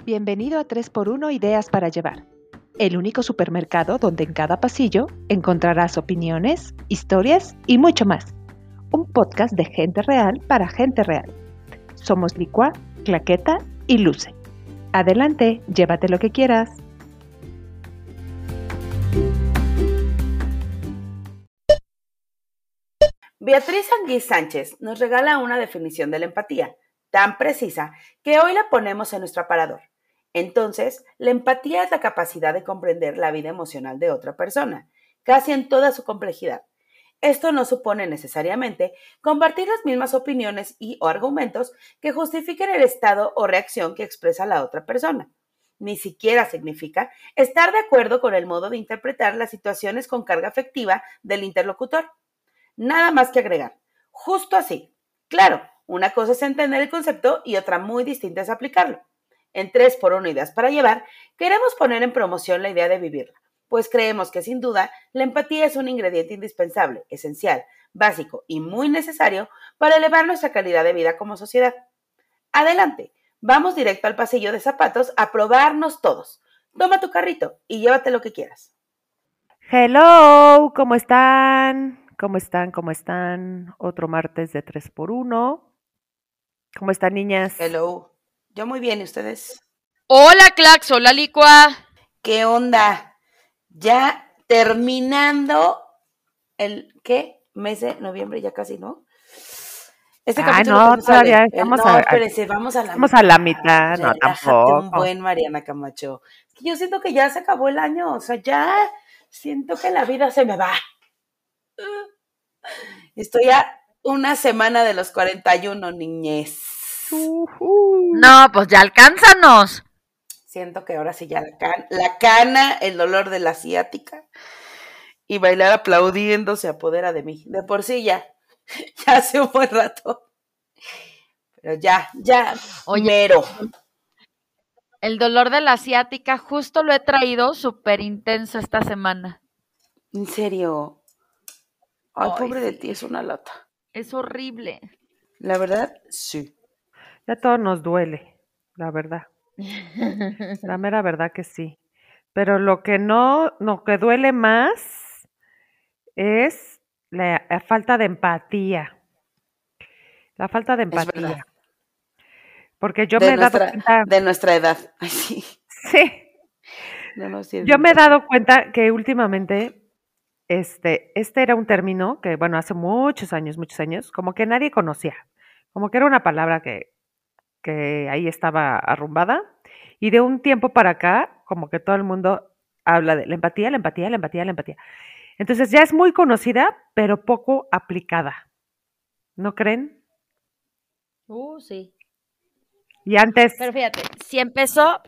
Bienvenido a 3x1 Ideas para Llevar, el único supermercado donde en cada pasillo encontrarás opiniones, historias y mucho más. Un podcast de gente real para gente real. Somos Licua, Claqueta y Luce. Adelante, llévate lo que quieras. Beatriz Anguís Sánchez nos regala una definición de la empatía, tan precisa que hoy la ponemos en nuestro aparador. Entonces, la empatía es la capacidad de comprender la vida emocional de otra persona, casi en toda su complejidad. Esto no supone necesariamente compartir las mismas opiniones o argumentos que justifiquen el estado o reacción que expresa la otra persona. Ni siquiera significa estar de acuerdo con el modo de interpretar las situaciones con carga afectiva del interlocutor. Nada más que agregar. Justo así. Claro, una cosa es entender el concepto y otra muy distinta es aplicarlo. En 3x1 Ideas para Llevar, queremos poner en promoción la idea de vivirla, pues creemos que sin duda la empatía es un ingrediente indispensable, esencial, básico y muy necesario para elevar nuestra calidad de vida como sociedad. Adelante, vamos directo al pasillo de zapatos a probarnos todos. Toma tu carrito y llévate lo que quieras. Hello, ¿cómo están? ¿Cómo están? ¿Cómo están? Otro martes de 3x1. ¿Cómo están, niñas? Hello. Yo muy bien, ¿y ustedes? Hola, Clax, hola, Licua. ¿Qué onda? Ya terminando el, ¿qué? Mes de noviembre, ya casi, ¿no? Este capítulo no, ¿cuándo todavía sale? estamos No, espérese, vamos a la estamos mitad. a la mitad, no, Relájate un tampoco. buen, Mariana Camacho. Es que yo siento que ya se acabó el año, o sea, ya siento que la vida se me va. Estoy a una semana de los 41, niñez. No, pues ya alcánzanos. Siento que ahora sí ya la cana, el dolor de la ciática y bailar aplaudiendo se apodera de mí. De por sí ya hace un buen rato. Pero ya, Oye, mero. el dolor de la asiática justo lo he traído súper intenso esta semana. En serio. Ay, pobre de Sí. ti, es una lata. Es horrible. La verdad, sí. Ya todo nos duele, la verdad. La mera verdad que sí. Pero lo que duele más es la falta de empatía. La falta de Es verdad. empatía. Porque yo me he dado cuenta. De nuestra edad. Ay, sí. Sí. No nos sirve Yo me he empatía. dado cuenta que últimamente este era un término que, bueno, hace muchos años, como que nadie conocía. Como que era una palabra que ahí estaba arrumbada. Y de un tiempo para acá, como que todo el mundo habla de la empatía, la empatía, la empatía, la empatía. Entonces ya es muy conocida, pero poco aplicada. ¿No creen? Sí. Y antes, Pero fíjate, si empezó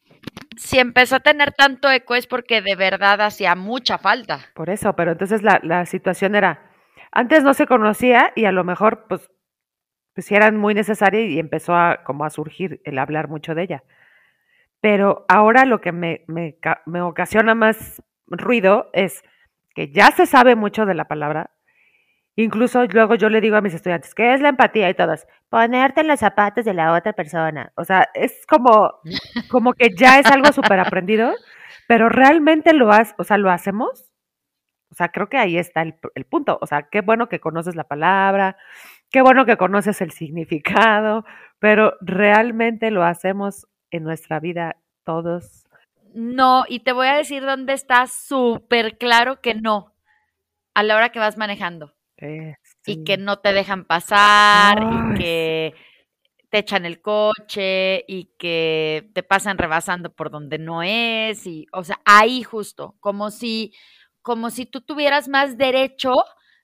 a tener tanto eco es porque de verdad hacía mucha falta. por eso, pero entonces la situación era, antes no se conocía y a lo mejor pues sí eran muy necesarias y empezó como a surgir el hablar mucho de ella. Pero ahora lo que me ocasiona más ruido es que ya se sabe mucho de la palabra. Incluso luego yo le digo a mis estudiantes, ¿qué es la empatía? Y todos, ponerte en los zapatos de la otra persona. O sea, es como que ya es algo súper aprendido, pero realmente lo hacemos. O sea, creo que ahí está el punto. O sea, qué bueno que conoces la palabra, qué bueno que conoces el significado, pero realmente lo hacemos en nuestra vida todos. No, y te voy a decir dónde está súper claro que no, a la hora que vas manejando. Sí. Y que no te dejan pasar, y Ay, que te echan el coche, y que te pasan rebasando por donde no es, y, o sea, ahí justo, como si tú tuvieras más derecho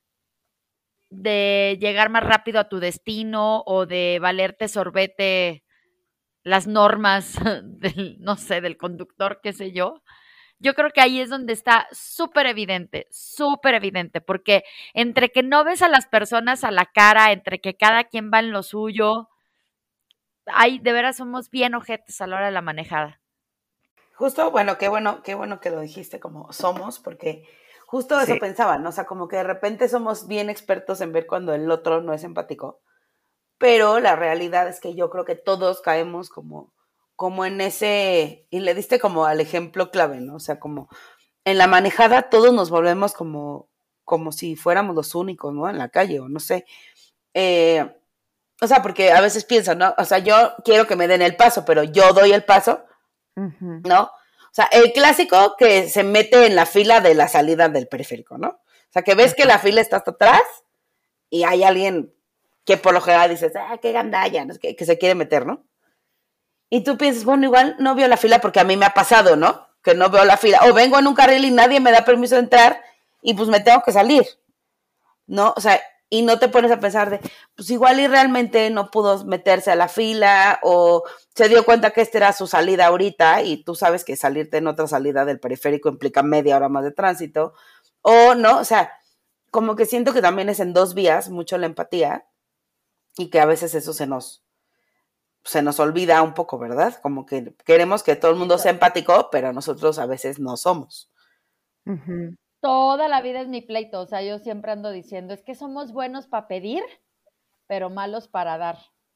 de llegar más rápido a tu destino o de valerte sorbete las normas del, no sé, del conductor, qué sé yo. Yo creo que ahí es donde está súper evidente, porque entre que no ves a las personas a la cara, entre que cada quien va en lo suyo, ay, de veras somos bien ojetes a la hora de la manejada. Justo, bueno, qué bueno que lo dijiste como somos, porque justo eso sí. pensaba, ¿no? O sea, como que de repente somos bien expertos en ver cuando el otro no es empático, pero la realidad es que yo creo que todos caemos como como en ese, y le diste como al ejemplo clave, ¿no? O sea, como en la manejada todos nos volvemos como si fuéramos los únicos, ¿no? En la calle, o no sé. O sea, porque a veces pienso, ¿no? O sea, yo quiero que me den el paso, pero yo doy el paso, Ujú. ¿no? O sea, el clásico que se mete en la fila de la salida del periférico, ¿no? O sea, que ves que la fila está hasta atrás y hay alguien que por lo general dices, qué gandalla, ¿no? que se quiere meter, ¿no? Y tú piensas, bueno, igual no veo la fila porque a mí me ha pasado, ¿no? Que no veo la fila. O vengo en un carril y nadie me da permiso de entrar y pues me tengo que salir, ¿no? O sea, y no te pones a pensar de, pues igual y realmente no pudo meterse a la fila o se dio cuenta que esta era su salida ahorita y tú sabes que salirte en otra salida del periférico implica media hora más de tránsito o no, o sea, como que siento que también es en dos vías mucho la empatía y que a veces eso se nos olvida un poco, ¿verdad? Como que queremos que todo el mundo sea empático, pero nosotros a veces no somos. Ujú. Toda la vida es mi pleito, o sea, yo siempre ando diciendo, es que somos buenos para pedir, pero malos para dar,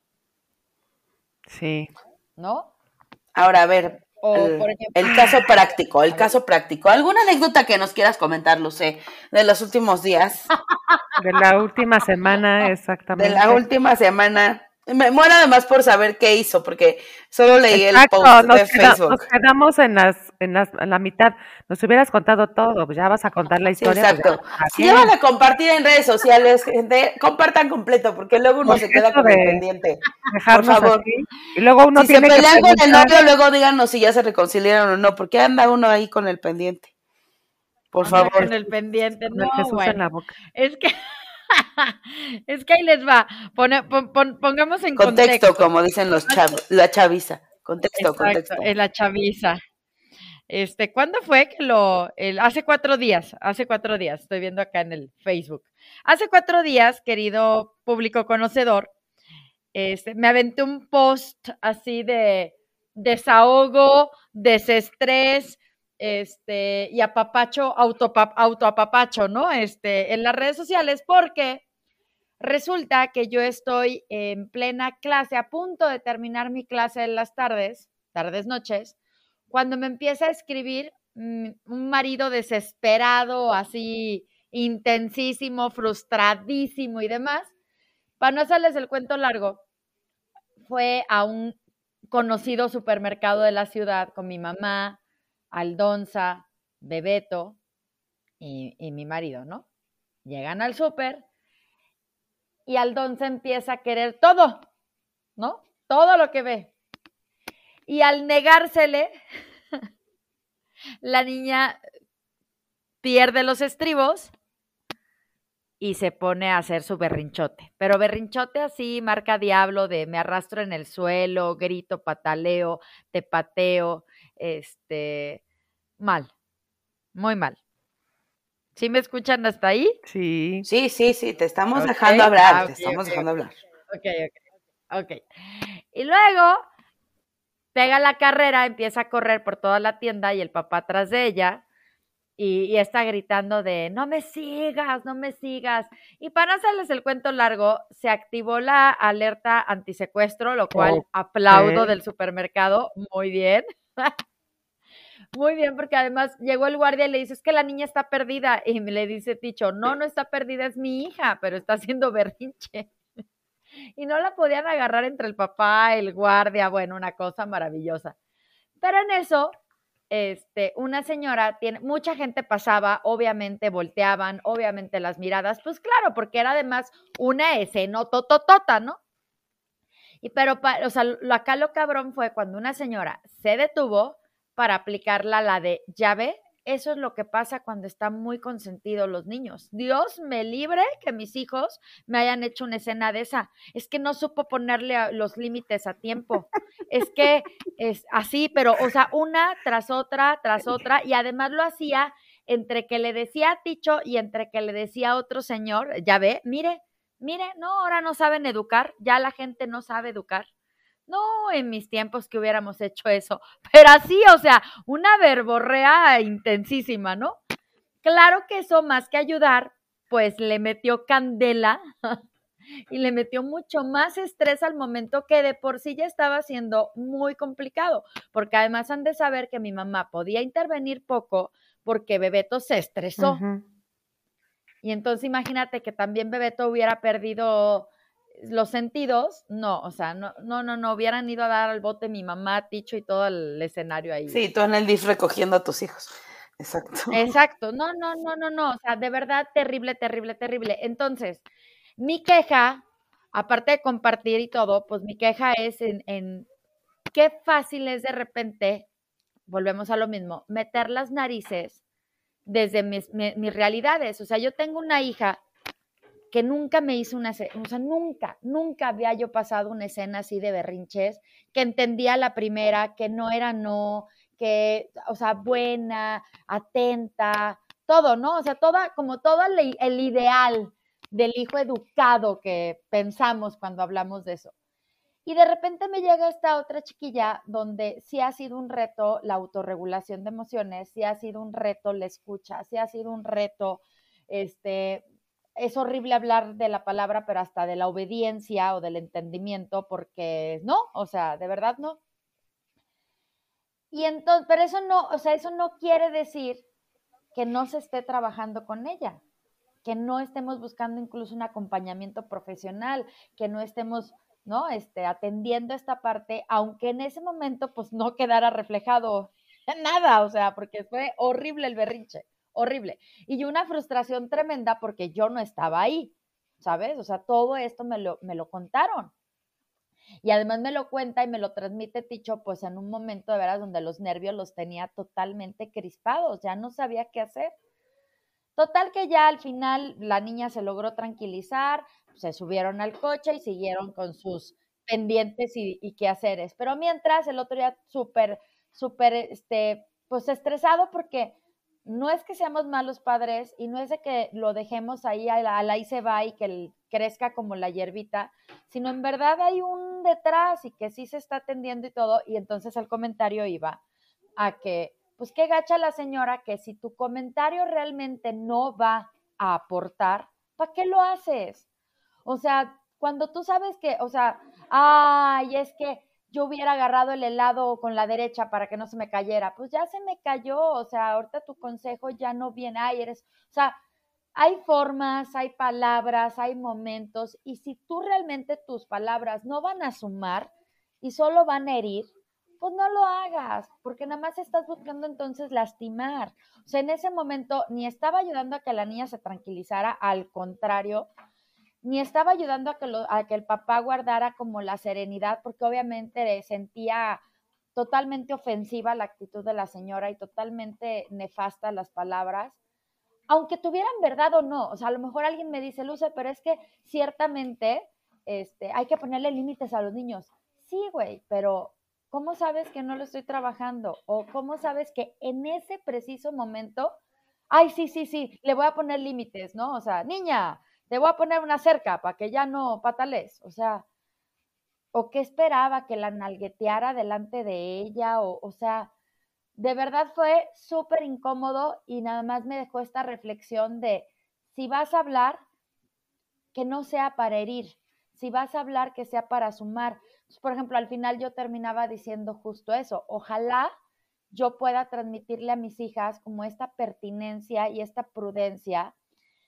Sí. ¿no? Ahora, a ver, O, por ejemplo, el caso práctico. ¿Alguna anécdota que nos quieras comentar, Lucé, de los últimos días? De la última semana, De la exactamente. última semana. Me muero además por saber qué hizo, porque solo leí el Exacto, post nos de Facebook. nos quedamos en la mitad. Nos hubieras contado todo, pues ya vas a contar la Sí, historia, pues ya exacto. está Si ya van bien. a compartir en redes sociales, gente, compartan completo, porque luego uno se Porque queda eso con el de pendiente. Por dejarnos favor. así, y luego uno Si se tiene que pelean con el preguntar novio, luego díganos si ya se reconciliaron o no, porque anda uno ahí con el pendiente. Por anda favor. con el pendiente, con el no, Jesús en bueno, la boca. es que, es que ahí les va, pongamos en Contexto, contexto. como dicen la chaviza. Contexto, Exacto, contexto. en la chaviza. ¿Cuándo fue que hace 4 días, estoy viendo acá en el Facebook. Hace 4 días, querido público conocedor, me aventé un post así de desahogo, desestrés, y apapacho, autoapapacho, ¿no? En las redes sociales, porque resulta que yo estoy en plena clase, a punto de terminar mi clase en las tardes, noches, cuando me empieza a escribir un marido desesperado, así intensísimo, frustradísimo y demás. Para no hacerles el cuento largo, fue a un conocido supermercado de la ciudad con mi mamá, Aldonza, Bebeto y mi marido, ¿no? Llegan al súper y Aldonza empieza a querer todo, ¿no? Todo lo que ve. Y al negársele, la niña pierde los estribos y se pone a hacer su berrinchote. Pero berrinchote así, marca diablo, de me arrastro en el suelo, grito, pataleo, te pateo, mal, muy mal. ¿Sí me escuchan hasta ahí? Sí. Sí, te estamos Ok. dejando hablar, Ok, te estamos ok, dejando hablar. ok. Y luego pega la carrera, empieza a correr por toda la tienda y el papá atrás de ella y está gritando de no me sigas, no me sigas. Y para no hacerles el cuento largo, se activó la alerta antisecuestro, lo cual aplaudo Ok. del supermercado, muy bien. Muy bien, porque además llegó el guardia y le dice, es que la niña está perdida. Y me le dice Ticho, no, no está perdida, es mi hija, pero está haciendo berrinche. Y no la podían agarrar entre el papá, el guardia, bueno, una cosa maravillosa. Pero en eso, una señora, mucha gente pasaba, obviamente volteaban, obviamente las miradas, pues claro, porque era además una escena tototota, ¿no? Pero, o sea, acá lo cabrón fue cuando una señora se detuvo para aplicarla la de llave. Eso es lo que pasa cuando están muy consentidos los niños. Dios me libre que mis hijos me hayan hecho una escena de esa. Es que no supo ponerle los límites a tiempo. Es que es así, pero, o sea, una tras otra, y además lo hacía entre que le decía a Ticho y entre que le decía a otro señor, ya ve, mire, no, ahora no saben educar, ya la gente no sabe educar. No, en mis tiempos que hubiéramos hecho eso, pero así, o sea, una verborrea intensísima, ¿no? Claro que eso más que ayudar, pues le metió candela y le metió mucho más estrés al momento que de por sí ya estaba siendo muy complicado, porque además han de saber que mi mamá podía intervenir poco porque Bebeto se estresó. Ujú. Y entonces imagínate que también Bebeto hubiera perdido los sentidos, no, o sea, no, hubieran ido a dar al bote mi mamá, Ticho y todo el escenario ahí. Sí, tú en el DIF recogiendo a tus hijos. Exacto. Exacto, no, o sea, de verdad terrible, terrible, terrible. Entonces, mi queja, aparte de compartir y todo, pues mi queja es en qué fácil es de repente, volvemos a lo mismo, meter las narices desde mis realidades. O sea, yo tengo una hija que nunca me hizo o sea, nunca había yo pasado una escena así de berrinches, que entendía la primera, que no era no, que, o sea, buena, atenta, todo, ¿no? O sea, como todo el ideal del hijo educado que pensamos cuando hablamos de eso. Y de repente me llega esta otra chiquilla donde sí ha sido un reto la autorregulación de emociones, sí ha sido un reto la escucha, sí ha sido un reto, es horrible hablar de la palabra, pero hasta de la obediencia o del entendimiento, porque no, o sea, de verdad no. Y entonces, pero eso no, o sea, eso no quiere decir que no se esté trabajando con ella, que no estemos buscando incluso un acompañamiento profesional, que no estemos, ¿no? Atendiendo esta parte, aunque en ese momento pues no quedara reflejado nada, o sea, porque fue horrible el berrinche, horrible. Y una frustración tremenda porque yo no estaba ahí, ¿sabes? O sea, todo esto me lo contaron. Y además me lo cuenta y me lo transmite Ticho, pues en un momento de veras donde los nervios los tenía totalmente crispados, ya no sabía qué hacer. Total que ya al final la niña se logró tranquilizar, se subieron al coche y siguieron con sus pendientes y quehaceres. Pero mientras el otro día súper, pues estresado porque no es que seamos malos padres y no es de que lo dejemos ahí a la ahí se va y que crezca como la hierbita, sino en verdad hay un detrás y que sí se está atendiendo y todo. Y entonces el comentario iba a que pues qué gacha la señora que si tu comentario realmente no va a aportar, ¿para qué lo haces? O sea, cuando tú sabes que, o sea, ay, es que yo hubiera agarrado el helado con la derecha para que no se me cayera, pues ya se me cayó, o sea, ahorita tu consejo ya no viene, ay, o sea, hay formas, hay palabras, hay momentos, y si tú realmente tus palabras no van a sumar y solo van a herir, pues no lo hagas, porque nada más estás buscando entonces lastimar. O sea, en ese momento ni estaba ayudando a que la niña se tranquilizara, al contrario, ni estaba ayudando a que el papá guardara como la serenidad, porque obviamente sentía totalmente ofensiva la actitud de la señora y totalmente nefasta las palabras, aunque tuvieran verdad o no. O sea, a lo mejor alguien me dice, Luce, pero es que ciertamente hay que ponerle límites a los niños. Sí, güey, pero ¿cómo sabes que no lo estoy trabajando? ¿O cómo sabes que en ese preciso momento, ay, sí, le voy a poner límites, ¿no? O sea, niña, te voy a poner una cerca para que ya no patales. O sea, ¿o qué esperaba? ¿Que la nalgueteara delante de ella? O sea, de verdad fue súper incómodo y nada más me dejó esta reflexión de si vas a hablar, que no sea para herir, si vas a hablar, que sea para sumar. Entonces, por ejemplo, al final yo terminaba diciendo justo eso, ojalá yo pueda transmitirle a mis hijas como esta pertinencia y esta prudencia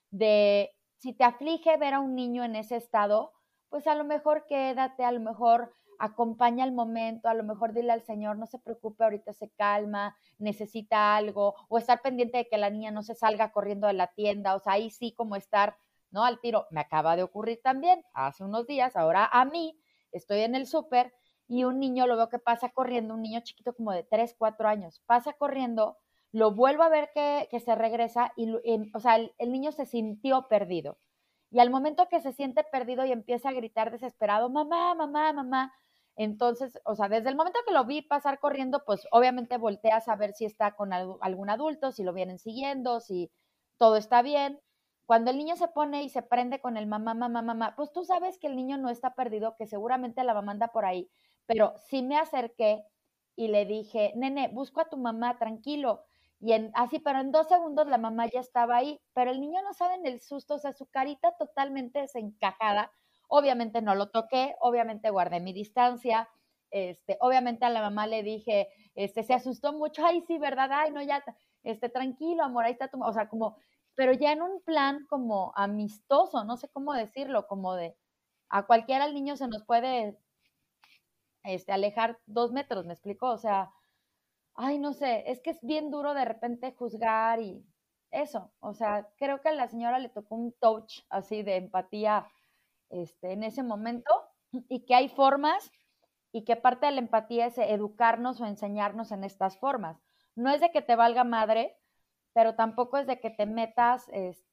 de si te aflige ver a un niño en ese estado, pues a lo mejor quédate, a lo mejor acompaña el momento, a lo mejor dile al Señor, no se preocupe, ahorita se calma, necesita algo, o estar pendiente de que la niña no se salga corriendo de la tienda, o sea, ahí sí como estar, ¿no? Al tiro. Me acaba de ocurrir también, hace unos días, ahora a mí, estoy en el súper y un niño lo veo que pasa corriendo, un niño chiquito como de 3, 4 años, pasa corriendo, lo vuelvo a ver que se regresa o sea, el niño se sintió perdido. Y al momento que se siente perdido y empieza a gritar desesperado, mamá, mamá, mamá, entonces, o sea, desde el momento que lo vi pasar corriendo, pues obviamente volteas a ver si está con algún adulto, si lo vienen siguiendo, si todo está bien. Cuando el niño se pone y se prende con el mamá, mamá, mamá, pues tú sabes que el niño no está perdido, que seguramente la mamá anda por ahí, pero sí me acerqué y le dije, nene, busco a tu mamá, tranquilo. Y así, pero en 2 segundos la mamá ya estaba ahí, pero el niño no sabe en el susto, o sea, su carita totalmente desencajada, Obviamente no lo toqué, obviamente guardé mi distancia, obviamente a la mamá le dije, se asustó mucho, ay, sí, ¿verdad? Ay, no, ya, tranquilo, amor, ahí está tu, o sea, como, pero ya en un plan como amistoso, no sé cómo decirlo, como de, a cualquiera el niño se nos puede, alejar 2 metros, ¿me explico? O sea, ay, no sé, es que es bien duro de repente juzgar y eso, o sea, creo que a la señora le tocó un touch así de empatía, en ese momento y que hay formas y que parte de la empatía es educarnos o enseñarnos en estas formas. No es de que te valga madre, pero tampoco es de que te metas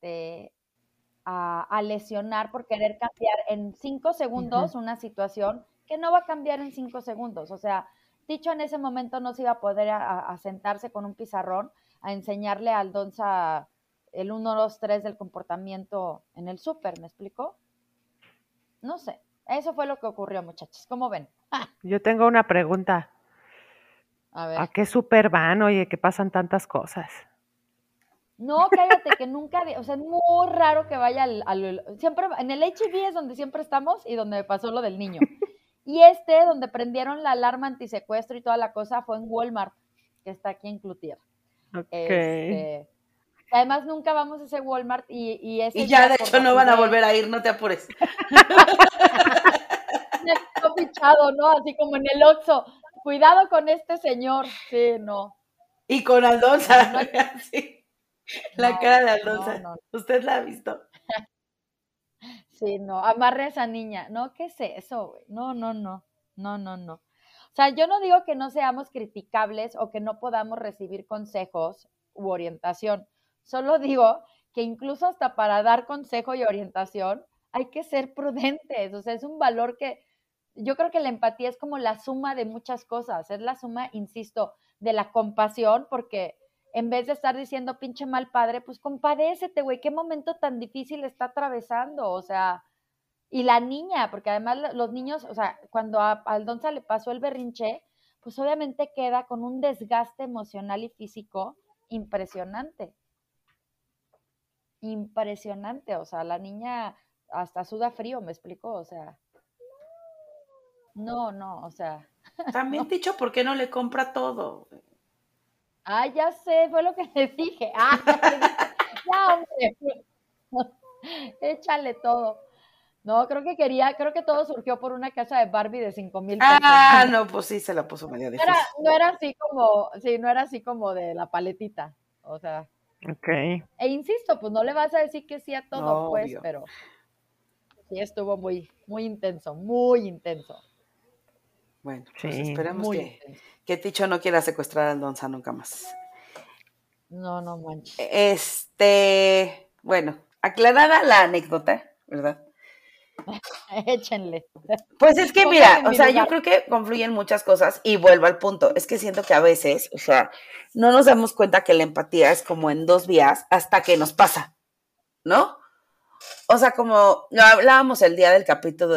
a lesionar por querer cambiar en 5 segundos una situación que no va a cambiar en 5 segundos. O sea, dicho en ese momento no se iba a poder a sentarse con un pizarrón a enseñarle a Aldonza el 1, 2, 3 del comportamiento en el súper, ¿me explico? No sé, eso fue lo que ocurrió, muchachos. ¿Cómo ven? Yo tengo una pregunta. A ver. ¿A qué súper van? Oye, que pasan tantas cosas. No, cállate, que nunca, o sea, es muy raro que vaya siempre, en el H-E-B es donde siempre estamos y donde me pasó lo del niño. Y donde prendieron la alarma antisecuestro y toda la cosa, fue en Walmart, que está aquí en Cloutier. Ok. Además, nunca vamos a ese Walmart y ese Y ya, día de por hecho, no van a rapidez, volver a ir, no te apures. me quedó fichado, ¿no? Así como en el Oxxo. Cuidado con este señor. Sí, no. Y con Aldonza, No hay, sí, la no, cara de no, Aldonza. no. ¿Usted la ha visto? Sí, no, amarre a esa niña. No, ¿qué es eso, güey? No, no, no, no, no, no. O sea, yo no digo que no seamos criticables o que no podamos recibir consejos u orientación. Solo digo que incluso hasta para dar consejo y orientación hay que ser prudentes. O sea, es un valor que yo creo que la empatía es como la suma de muchas cosas. Es la suma, insisto, de la compasión, porque en vez de estar diciendo pinche mal padre, pues compadécete, güey, qué momento tan difícil está atravesando, o sea, y la niña, porque además los niños, o sea, cuando a Aldonza le pasó el berrinche, pues obviamente queda con un desgaste emocional y físico impresionante, impresionante, o sea, la niña hasta suda frío, me explico, o sea, no, no, o sea, También no. dicho, ¿por qué no le compra todo? Ah, ya sé, fue lo que le dije. Ah, ya le dije, ya, hombre, échale todo. No, creo que todo surgió por una casa de Barbie de 5,000 pesos. Ah, no, pues sí, se la puso medio difícil. No era así como, sí, no era así como de la paletita. O sea, Ok. insisto, pues no le vas a decir que sí a todo, pues, Obvio. pero sí estuvo muy, muy intenso, muy intenso, Bueno, pues Sí. esperemos muy intenso. que Ticho no quiera secuestrar a Aldonza nunca más. No, no manches. Bueno, aclarada la anécdota, ¿verdad? Échenle. Pues es que Pónganme mira, en o mi sea, yo lugar. creo que confluyen muchas cosas y vuelvo al punto, es que siento que a veces, o sea, no nos damos cuenta que la empatía es como en dos vías hasta que nos pasa, ¿no? O sea, como lo hablábamos el día del capítulo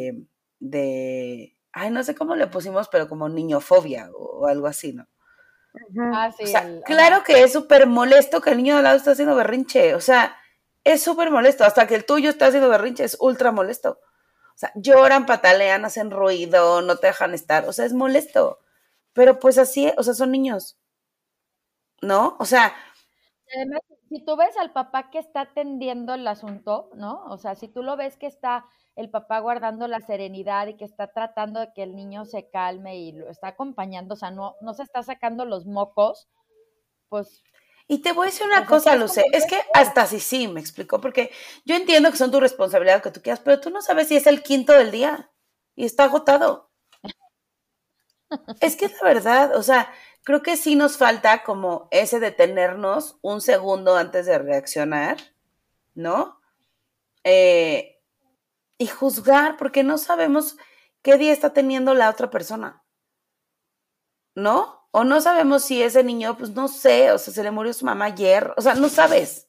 ay, no sé cómo le pusimos, pero como niñofobia o algo así, ¿no? Ujú. Ah, O sí, sea, claro ajá. que es súper molesto que el niño de al lado está haciendo berrinche, o sea, es súper molesto, hasta que el tuyo está haciendo berrinche, es ultra molesto. O sea, lloran, patalean, hacen ruido, no te dejan estar, o sea, es molesto. Pero pues así, o sea, son niños, ¿no? O sea, Además, si tú ves al papá que está atendiendo el asunto, ¿no? O sea, si tú lo ves que está el papá guardando la serenidad y que está tratando de que el niño se calme y lo está acompañando, o sea, no se está sacando los mocos, pues, y te voy a decir o una sea, sí cosa, es como Luce, es debe que ser. hasta sí, me explico, porque yo entiendo que son tu responsabilidad, que tú quieras, pero tú no sabes si es el quinto del día y está agotado. Es que es la verdad, o sea, creo que sí nos falta como ese detenernos un segundo antes de reaccionar, ¿no? Eh, y juzgar, porque no sabemos qué día está teniendo la otra persona, ¿no? O no sabemos si ese niño, pues no sé, o sea, se le murió su mamá ayer, o sea, no sabes.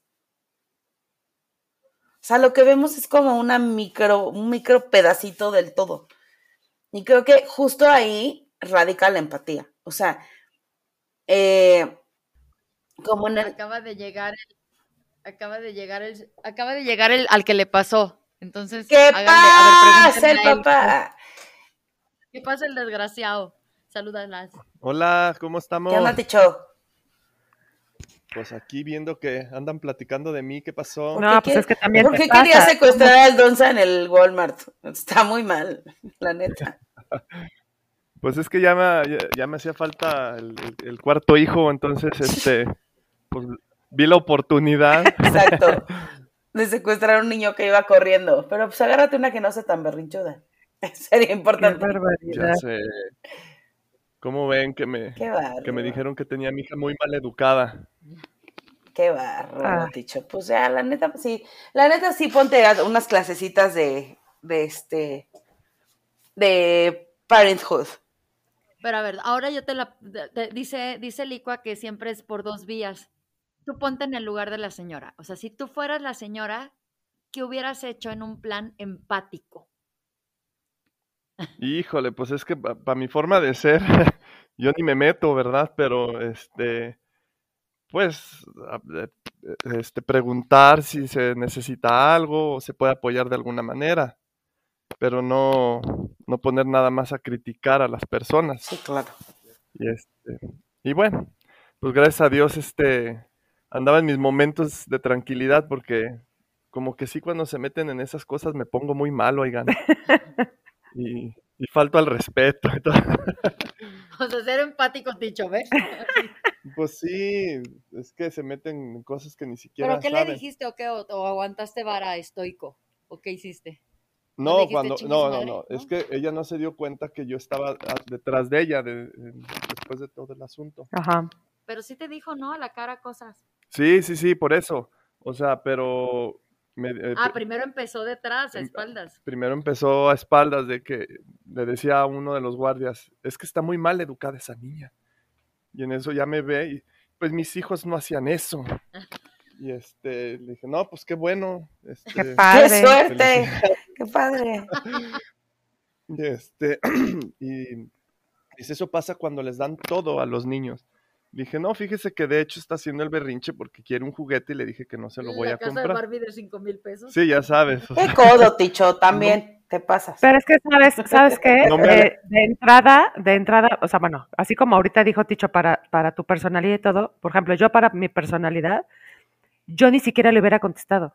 O sea, lo que vemos es como un micro pedacito del todo. Y creo que justo ahí radica la empatía. O sea, eh, como en el... Acaba de llegar acaba de llegar el al que le pasó. Entonces, ¿Qué háganle, a ver, pasa el pregúntenle a él. papá? ¿Qué pasa el desgraciado? Salúdalas. Hola, ¿cómo ¿Qué onda, estamos? Ticho? Pues aquí viendo que andan platicando de mí, ¿qué pasó? ¿Por No, qué, pues es que también ¿por te qué quería pasa. secuestrar al Donza en el Walmart? Está muy mal, la neta. Pues es que ya me hacía falta el cuarto hijo, entonces, pues vi la oportunidad. Exacto. De secuestrar a un niño que iba corriendo. Pero pues agárrate una que no sea tan berrinchuda. Sería Qué importante. Ya barbaridad. sé. ¿Cómo ven que Qué me bárbaro. dijeron que tenía a mi hija muy mal educada? Qué bárbaro, Ah, Ticho. Pues ya, la neta sí ponte unas clasecitas de parenthood. Pero a ver, ahora yo dice Licua que siempre es por 2 vías. Tú ponte en el lugar de la señora. O sea, si tú fueras la señora, ¿qué hubieras hecho en un plan empático? Híjole, pues es que para mi forma de ser, yo ni me meto, ¿verdad? Pero pues preguntar si se necesita algo o se puede apoyar de alguna manera, pero no poner nada más a criticar a las personas. Sí, claro. Y y bueno, pues gracias a Dios andaba en mis momentos de tranquilidad porque como que sí cuando se meten en esas cosas me pongo muy mal, oigan, y falto al respeto y todo. O sea, ser empático, Ticho, ¿ves? Pues sí, es que se meten en cosas que ni ¿Pero siquiera qué le saben. dijiste o qué? ¿O aguantaste vara estoico? ¿O qué hiciste? ¿No le No, dijiste chingue su madre? no, es que ella no se dio cuenta que yo estaba detrás de ella después de todo el asunto. ajá. Pero sí te dijo, ¿no? A la cara cosas. Sí, por eso. O sea, pero Primero empezó detrás, a em- espaldas. primero empezó a espaldas de que le decía a uno de los guardias, es que está muy mal educada esa niña. Y en eso ya me ve y pues mis hijos no hacían eso. Y le dije, no, pues qué bueno. Qué ¡Qué padre. suerte! ¡Qué padre! Y y dice, eso pasa cuando les dan todo a los niños. Dije, no, fíjese que de hecho está haciendo el berrinche porque quiere un juguete y le dije que no se lo voy La a casa de comprar. Barbie de 5,000 pesos. Sí, ya sabes. O ¡Qué sea, codo, Ticho! También te pasas. Pero es que, ¿sabes qué? no me... De entrada, o sea, bueno, así como ahorita dijo Ticho para tu personalidad y todo, por ejemplo, yo para mi personalidad, yo ni siquiera le hubiera contestado.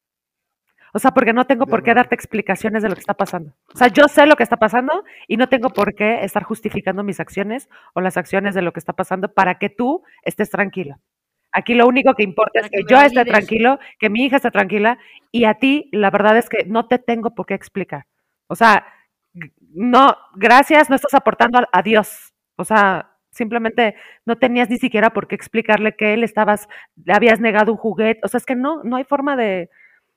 O sea, porque no tengo Ya por qué no. darte explicaciones de lo que está pasando. O sea, yo sé lo que está pasando y no tengo por qué estar justificando mis acciones o las acciones de lo que está pasando para que tú estés tranquilo. Aquí lo único que importa Para es que que me yo esté valides. tranquilo, que mi hija esté tranquila y a ti la verdad es que no te tengo por qué explicar. O sea, no, gracias, no estás aportando a Dios. O sea, simplemente no tenías ni siquiera por qué explicarle que le habías negado un juguete. O sea, es que no hay forma de,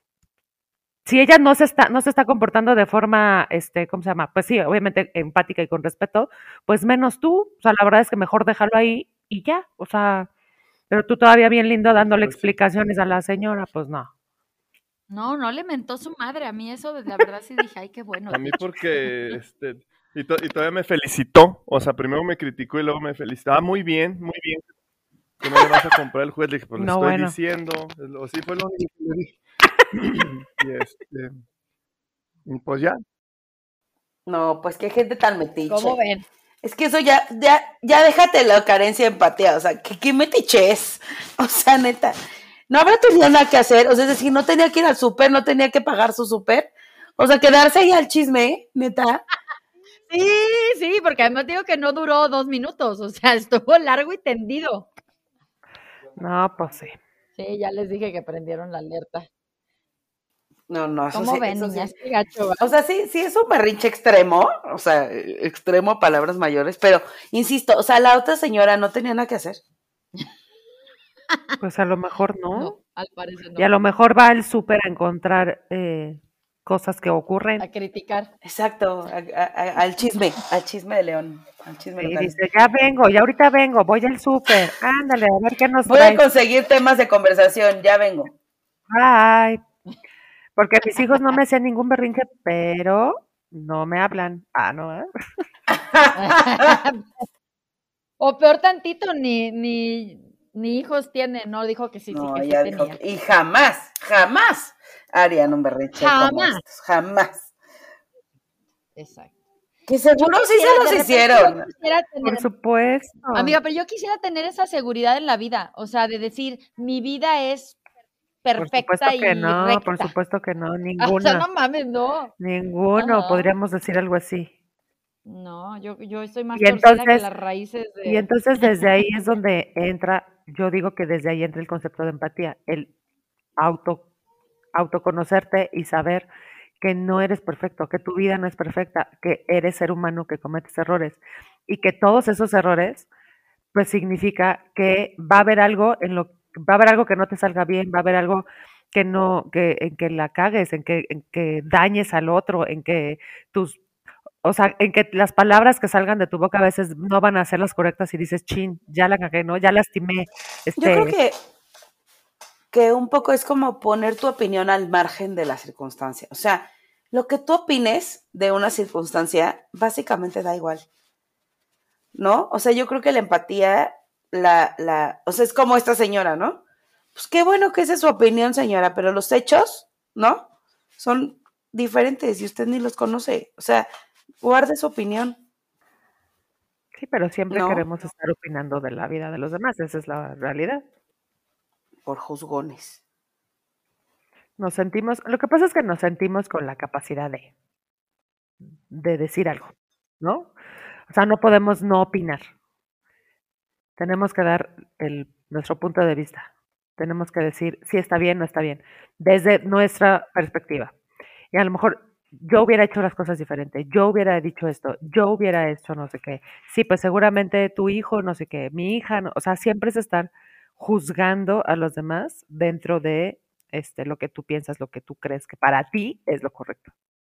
si ella no se está comportando de forma, ¿cómo se llama? Pues sí, obviamente empática y con respeto, pues menos tú. O sea, la verdad es que mejor déjalo ahí y ya. O sea, pero tú todavía bien lindo dándole Pues sí. explicaciones a la señora, pues no. No le mentó su madre. A mí eso, la verdad, sí dije, ay, qué bueno. A mí Ticho. porque, y todavía me felicitó. O sea, primero me criticó y luego me felicitó. Ah, muy bien, que no le vas a comprar el juez. Le dije, pues le No, estoy bueno. diciendo. O sí fue lo único que le dije. Y pues ya. No, pues qué gente tan metiche. ¿Cómo ven? Es que eso ya déjate la carencia de empatía, o sea, ¿qué metiche es? O sea, neta, no habrá tenido nada que hacer, o sea, es decir, no tenía que ir al súper, no tenía que pagar su súper, o sea, quedarse ahí al chisme, neta. Sí, porque además digo que no duró 2 minutos, o sea, estuvo largo y tendido. No, pues sí. Sí, ya les dije que prendieron la alerta. No, eso ¿Cómo sí, ven, eso niñas? sí. Qué gacho, ¿va? O sea, sí es un berrinche extremo, o sea, extremo, palabras mayores, pero insisto, o sea, la otra señora no tenía nada que hacer. Pues a lo mejor no. No, al parecer Y a no. lo mejor va al súper a encontrar cosas que ocurren. A criticar. Exacto, al chisme de León, al chisme Y local. dice, ya ahorita vengo, voy al súper. Ándale, a ver qué nos Voy a traes. conseguir temas de conversación, ya vengo. Ay, porque mis hijos no me hacían ningún berrinche, pero no me hablan. Ah, no, ¿eh? O peor tantito, ni hijos tiene, no dijo que sí, No, que sí ella dijo tenía. y jamás harían un berrinche como Jamás. estos, jamás. Exacto. Que seguro sí quisiera, se los de repente, hicieron. yo quisiera Por tener, supuesto. amiga, pero yo quisiera tener esa seguridad en la vida, o sea, de decir, mi vida es Por supuesto perfecta que y no, por recta. supuesto que no, O sea, ninguna, no mames, no. ninguno, Ajá. podríamos decir algo así. No, yo estoy más Y torcida que entonces, las raíces y de... entonces desde ahí es donde entra, yo digo que desde ahí entra el concepto de empatía, el auto, autoconocerte y saber que no eres perfecto, que tu vida no es perfecta, que eres ser humano, que cometes errores y que todos esos errores pues significa que va a haber algo va a haber algo que no te salga bien, va a haber algo que no, en que la cagues, en que dañes al otro, en que tus, o sea, en que las palabras que salgan de tu boca a veces no van a ser las correctas y dices, chin, ya la cagué, ¿no? Ya lastimé, Yo creo que un poco es como poner tu opinión al margen de la circunstancia. O sea, lo que tú opines de una circunstancia básicamente da igual, ¿no? O sea, yo creo que la empatía, o sea, es como esta señora, ¿no? Pues qué bueno que esa es su opinión, señora, pero los hechos, ¿no? Son diferentes y usted ni los conoce. O sea, guarde su opinión, sí, pero siempre ¿no? queremos estar opinando de la vida de los demás, esa es la realidad. Por juzgones. Nos sentimos, lo que pasa es que nos sentimos con la capacidad de decir algo, ¿no? O sea, no podemos no opinar. Tenemos que dar nuestro punto de vista. Tenemos que decir si está bien o no está bien, desde nuestra perspectiva. Y a lo mejor yo hubiera hecho las cosas diferente, yo hubiera dicho esto, yo hubiera hecho no sé qué. Sí, pues seguramente tu hijo, no sé qué, mi hija, o sea, siempre es estar juzgando a los demás dentro de lo que tú piensas, lo que tú crees que para ti es lo correcto.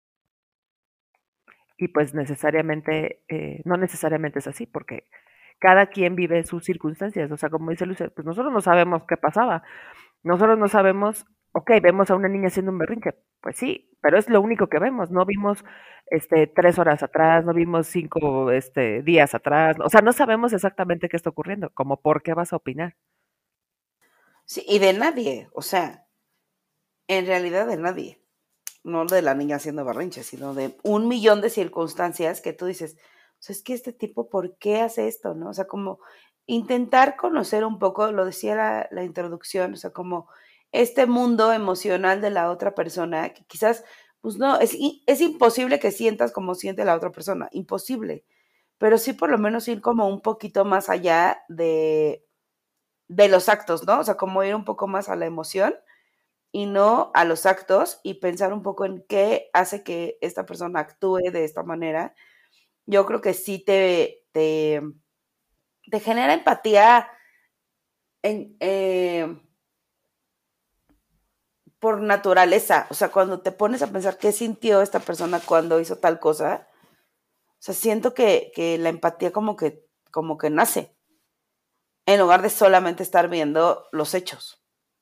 Y pues necesariamente, no necesariamente es así, porque cada quien vive sus circunstancias. O sea, como dice Lucia, pues nosotros no sabemos qué pasaba. Nosotros no sabemos, ok, vemos a una niña haciendo un berrinche. Pues sí, pero es lo único que vemos. No vimos 3 horas atrás, no vimos 5 días atrás. O sea, no sabemos exactamente qué está ocurriendo. Como por qué vas a opinar. Sí, y de nadie, o sea, en realidad de nadie. No de la niña haciendo berrinche, sino de un millón de circunstancias que tú dices, o sea, es que este tipo, ¿por qué hace esto? ¿No? O sea, como intentar conocer un poco, lo decía la introducción, o sea, como este mundo emocional de la otra persona, que quizás, pues no, es imposible que sientas como siente la otra persona, imposible, pero sí por lo menos ir como un poquito más allá de los actos, ¿no? O sea, como ir un poco más a la emoción y no a los actos y pensar un poco en qué hace que esta persona actúe de esta manera. Yo creo que sí te genera empatía en, por naturaleza. O sea, cuando te pones a pensar qué sintió esta persona cuando hizo tal cosa, o sea, siento que la empatía como que nace, en lugar de solamente estar viendo los hechos,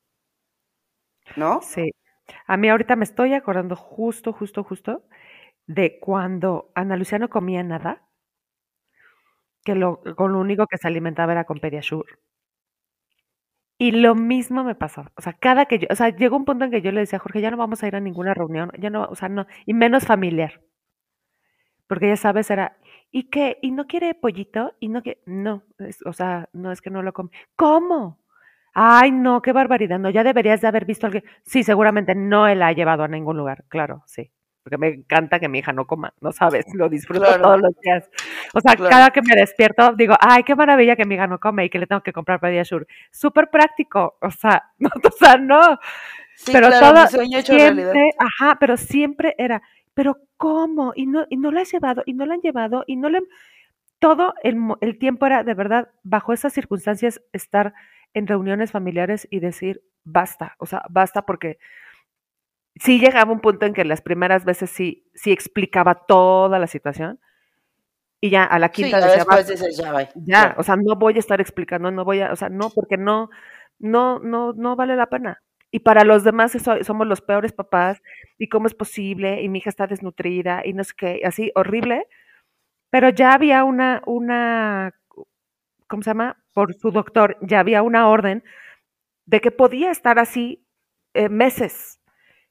¿no? Sí. A mí ahorita me estoy acordando justo de cuando Ana Lucía no comía nada, que con lo único que se alimentaba era con Pediasure. Y lo mismo me pasó. O sea, o sea, llegó un punto en que yo le decía a Jorge, ya no vamos a ir a ninguna reunión, ya no, o sea, no, y menos familiar. Porque ya sabes, era, ¿y qué? ¿Y no quiere pollito? ¿Y no quiere? No, o sea, no es que no lo come. ¿Cómo? Ay, no, qué barbaridad. No, ya deberías de haber visto a alguien. Sí, seguramente no la ha llevado a ningún lugar. Claro, sí. Porque me encanta que mi hija no coma, no sabes, lo disfruto Claro, todos los días. O sea, claro. cada que me despierto, digo, ay, qué maravilla que mi hija no come y que le tengo que comprar Pediasure. Súper práctico. O sea, no, o sea, no. Sí, Pero claro, todo mi sueño hecho realidad. siempre, ajá, pero siempre era, pero ¿cómo? Y no la has llevado, y no la han llevado, y no le todo el tiempo era de verdad, bajo esas circunstancias, estar en reuniones familiares y decir, basta, o sea, basta porque sí llegaba un punto en que las primeras veces sí explicaba toda la situación y ya a la Sí, quinta ya decía, después basta, dices, ya va, ya, claro. o sea, no voy a estar explicando, no voy a, o sea, no, porque no vale la pena. Y para los demás somos los peores papás, y cómo es posible, y mi hija está desnutrida, y no sé qué, así, horrible, pero ya había ¿cómo se llama? Por su doctor, ya había una orden de que podía estar así meses,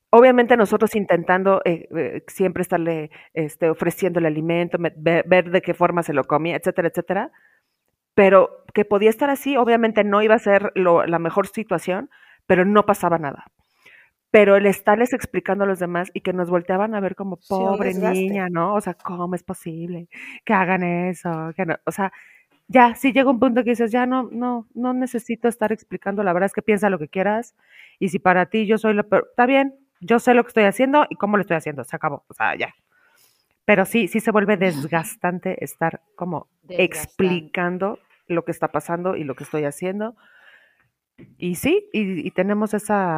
Obviamente nosotros intentando siempre estarle ofreciendo el alimento, ver de qué forma se lo comía, etcétera, etcétera, pero que podía estar así, obviamente no iba a ser la mejor situación, pero no pasaba nada. Pero el estarles explicando a los demás y que nos volteaban a ver como Sí, un pobre niña, desgaste. ¿no? O sea, ¿cómo es posible que hagan eso? Que no, o sea, ya, sí llega un punto que dices, ya no necesito estar explicando, la verdad es que piensa lo que quieras, y si para ti yo soy lo peor, está bien, yo sé lo que estoy haciendo y cómo lo estoy haciendo, se acabó, o sea, ya. Pero sí se vuelve desgastante estar como Desgastante. explicando lo que está pasando y lo que estoy haciendo. Y sí, y tenemos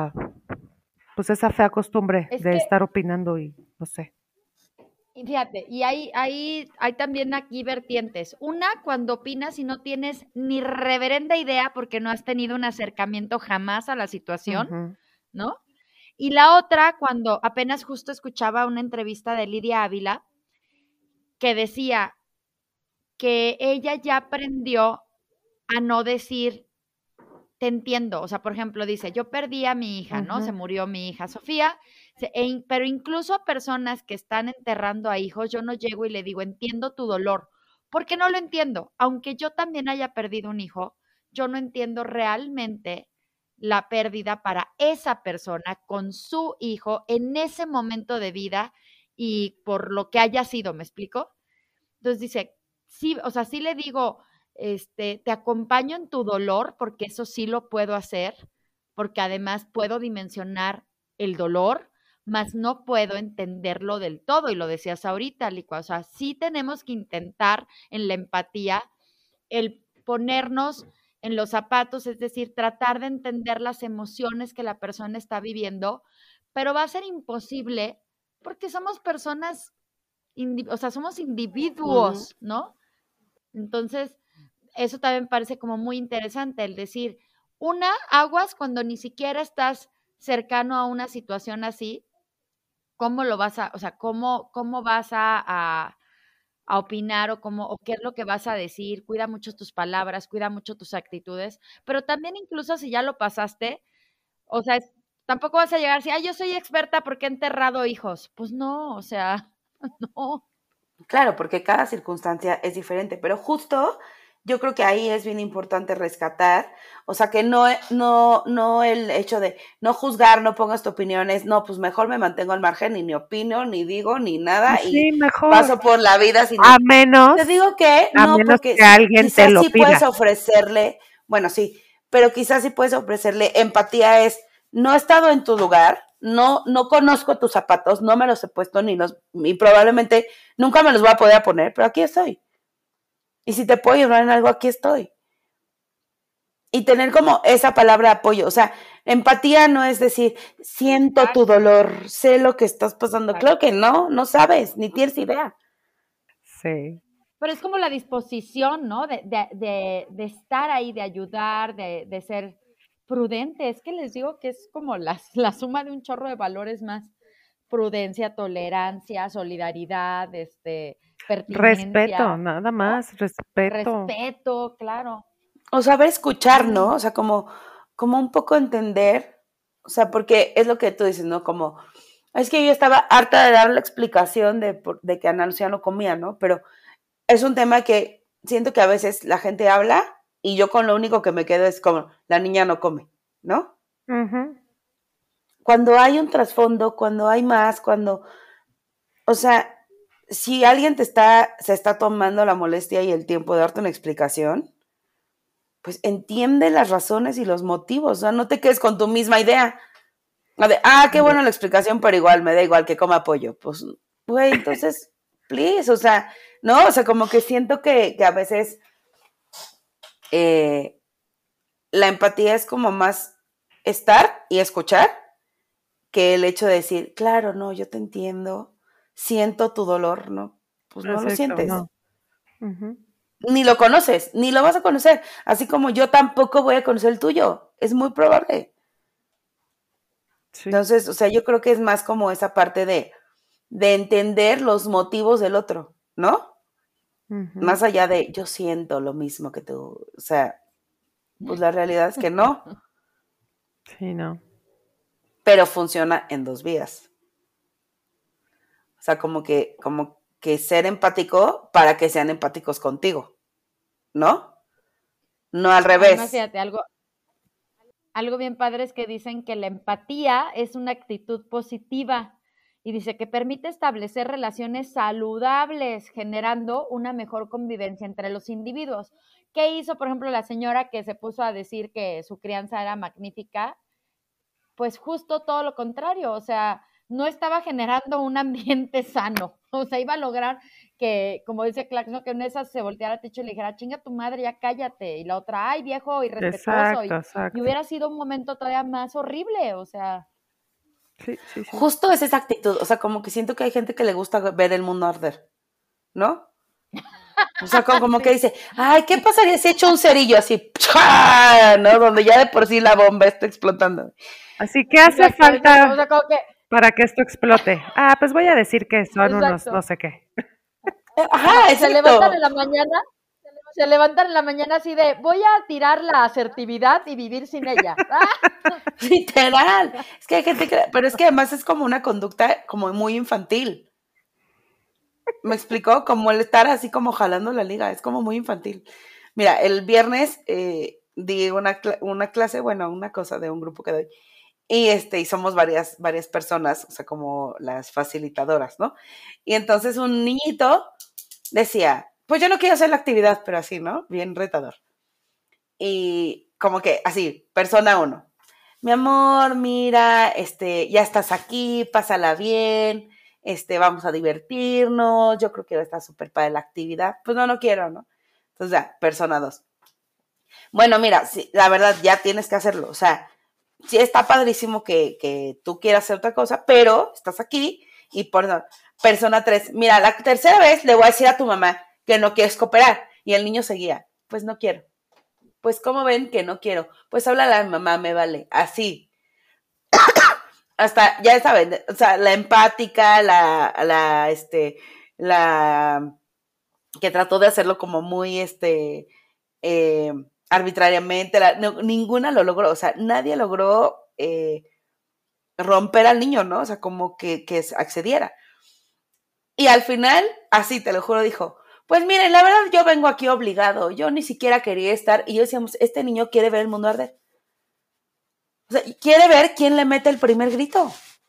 pues esa fea costumbre Es de que, estar opinando y no sé. y fíjate, y hay también aquí vertientes. Una, cuando opinas y no tienes ni reverenda idea porque no has tenido un acercamiento jamás a la situación, Ujú, ¿no? Y la otra, cuando apenas justo escuchaba una entrevista de Lidia Ávila que decía que ella ya aprendió a no decir, te entiendo. O sea, por ejemplo, dice, yo perdí a mi hija, ¿no? Se ujú, murió mi hija Sofía, pero incluso a personas que están enterrando a hijos, yo no llego y le digo, entiendo tu dolor, porque no lo entiendo. Aunque yo también haya perdido un hijo, yo no entiendo realmente la pérdida para esa persona con su hijo en ese momento de vida y por lo que haya sido, ¿me explico? Entonces dice, sí, o sea, sí le digo, te acompaño en tu dolor, porque eso sí lo puedo hacer, porque además puedo dimensionar el dolor, mas no puedo entenderlo del todo, y lo decías ahorita, Licua, o sea, sí tenemos que intentar en la empatía el ponernos en los zapatos, es decir, tratar de entender las emociones que la persona está viviendo, pero va a ser imposible porque somos personas o sea, somos Ujú. individuos, ¿no? Entonces, eso también parece como muy interesante, el decir, una, aguas cuando ni siquiera estás cercano a una situación así, ¿cómo lo vas a, o sea, cómo vas a opinar o qué es lo que vas a decir? Cuida mucho tus palabras, cuida mucho tus actitudes, pero también incluso si ya lo pasaste, o sea, tampoco vas a llegar así, yo soy experta porque he enterrado hijos. Pues no, o sea, no. Claro, porque cada circunstancia es diferente, pero justo yo creo que ahí es bien importante rescatar, o sea, que no el hecho de no juzgar, no pongas tu opiniones, no, pues mejor me mantengo al margen y ni opino, ni digo, ni nada y sí, mejor. paso por la vida sin... A Te menos, digo que a no, menos porque que alguien te quizás lo sí puedes pida. ofrecerle, bueno, sí, pero quizás sí puedes ofrecerle empatía es, no he estado en tu lugar, no conozco tus zapatos, no me los he puesto ni probablemente nunca me los voy a poder poner, pero aquí estoy. Y si te puedo ayudar en algo, aquí estoy. Y tener como esa palabra de apoyo. O sea, empatía no es decir, siento tu Exacto, dolor, sé lo que estás pasando. Claro exacto. que no sabes, ni tienes idea. Sí. Pero es como la disposición, ¿no? De estar ahí, de ayudar, de ser prudente. Es que les digo que es como la suma de un chorro de valores más. Prudencia, tolerancia, solidaridad, Respeto, pertinencia, nada ¿no? más, respeto. Respeto, claro. O saber escuchar, Sí, ¿no? O sea, como un poco entender. O sea, porque es lo que tú dices, ¿no? Como, es que yo estaba harta de dar la explicación de que Ana Lucía no comía, ¿no? Pero es un tema que siento que a veces la gente habla y yo con lo único que me quedo es como, la niña no come, ¿no? Ujú. Cuando hay un trasfondo, cuando hay más, o sea, si alguien se está tomando la molestia y el tiempo de darte una explicación, pues entiende las razones y los motivos, o sea, no te quedes con tu misma idea. Qué Sí. buena la explicación, pero igual me da igual que coma pollo. Pues, güey, entonces, please, o sea, no, o sea, como que siento que a veces eh, la empatía es como más estar y escuchar que el hecho de decir, claro, no, yo te entiendo, siento tu dolor, ¿no? Pues no lo Exacto, sientes, no. Ujú. ni lo conoces, ni lo vas a conocer, así como yo tampoco voy a conocer el tuyo, es muy probable. Sí. Entonces, o sea, yo creo que es más como esa parte de entender los motivos del otro, ¿no? Ujú. Más allá de yo siento lo mismo que tú, o sea, pues la realidad es que no. Sí, no. pero funciona en dos vías. O sea, como que ser empático para que sean empáticos contigo, ¿no? No al Además, revés. fíjate, algo bien padre es que dicen que la empatía es una actitud positiva y dice que permite establecer relaciones saludables, generando una mejor convivencia entre los individuos. ¿Qué hizo, por ejemplo, la señora que se puso a decir que su crianza era magnífica? Pues justo todo lo contrario, o sea, no estaba generando un ambiente sano, o sea, iba a lograr que, como dice Claxon, que en esa se volteara al techo y le dijera, chinga tu madre, ya cállate, y la otra, ay, viejo irrespetuoso, y hubiera sido un momento todavía más horrible, o sea. Sí. Justo es esa actitud, o sea, como que siento que hay gente que le gusta ver el mundo arder, ¿no? O sea, como que dice, ay, ¿qué pasaría si echo un cerillo así, ¿no? Donde ya de por sí la bomba está explotando. Así que hace falta para que esto explote. Pues voy a decir que son unos no sé qué. Ajá, se levantan en la mañana así de, voy a tirar la asertividad y vivir sin ella. Literal. Es que hay gente que, pero es que además es como una conducta como muy infantil. ¿Me explicó? Como el estar así como jalando la liga, es como muy infantil. Mira, el viernes di una clase, bueno, una cosa de un grupo que doy, y somos varias personas, o sea, como las facilitadoras, ¿no? Y entonces un niñito decía, pues yo no quiero hacer la actividad, pero así, ¿no? Bien retador. Y como que así, persona 1. Mi amor, mira, ya estás aquí, pásala bien, vamos a divertirnos, yo creo que va a estar súper padre la actividad. Pues no quiero, ¿no? Entonces ya, persona 2. Bueno, mira, sí, la verdad, ya tienes que hacerlo, o sea, sí está padrísimo que tú quieras hacer otra cosa, pero estás aquí y por eso, persona 3, mira, la tercera vez le voy a decir a tu mamá que no quieres cooperar y el niño seguía, pues no quiero. Pues, ¿cómo ven que no quiero? Pues háblale a mi mamá, me vale. Así. Hasta, ya saben, o sea, la empática, la que trató de hacerlo como muy, arbitrariamente, ninguna lo logró, o sea, nadie logró romper al niño, ¿no? O sea, como que accediera. Y al final, así, te lo juro, dijo, pues miren, la verdad yo vengo aquí obligado, yo ni siquiera quería estar, y yo decíamos, este niño quiere ver el mundo arder. O sea, quiere ver quién le mete el primer grito.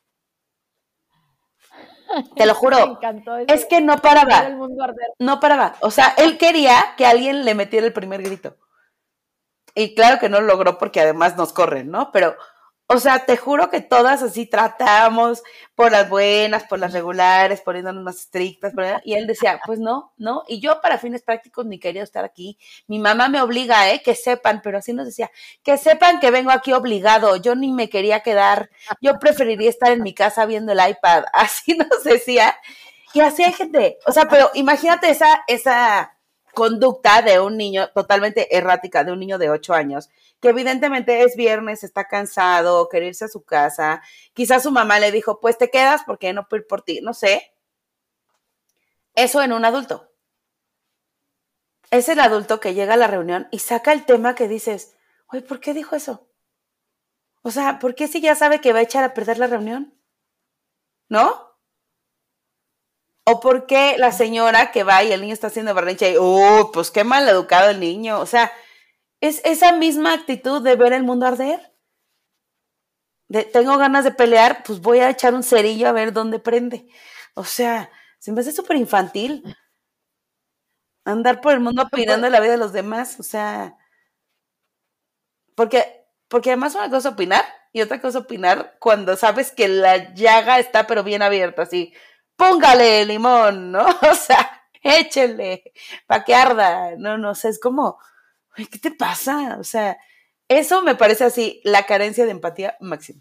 Te lo juro, Me encantó eso. Es que no paraba. No paraba. O sea, él quería que alguien le metiera el primer grito. Y claro que no lo logró porque además nos corren, ¿no? Pero, o sea, te juro que todas así tratamos por las buenas, por las regulares, poniéndonos más estrictas, y él decía, pues no, y yo para fines prácticos ni quería estar aquí, mi mamá me obliga, que sepan, pero así nos decía, que sepan que vengo aquí obligado, yo ni me quería quedar, yo preferiría estar en mi casa viendo el iPad, así nos decía, y así hay gente, o sea, pero imagínate esa conducta de un niño totalmente errática, de un niño de 8 años, que evidentemente es viernes, está cansado, quiere irse a su casa, quizás su mamá le dijo, pues te quedas porque no puedo ir por ti, no sé. Eso en un adulto. Es el adulto que llega a la reunión y saca el tema que dices, oye, ¿por qué dijo eso? O sea, ¿por qué si ya sabe que va a echar a perder la reunión? ¿No? ¿O por qué la señora que va y el niño está haciendo berrinche y, pues qué mal educado el niño? O sea, es esa misma actitud de ver el mundo arder. Tengo ganas de pelear, pues voy a echar un cerillo a ver dónde prende. O sea, se me hace súper infantil. Andar por el mundo opinando de la vida de los demás, o sea, porque además una cosa opinar y otra cosa opinar cuando sabes que la llaga está pero bien abierta, así, póngale limón, ¿no? O sea, échele, para que arda, no sé, es como, ¿qué te pasa? O sea, eso me parece así, la carencia de empatía máxima.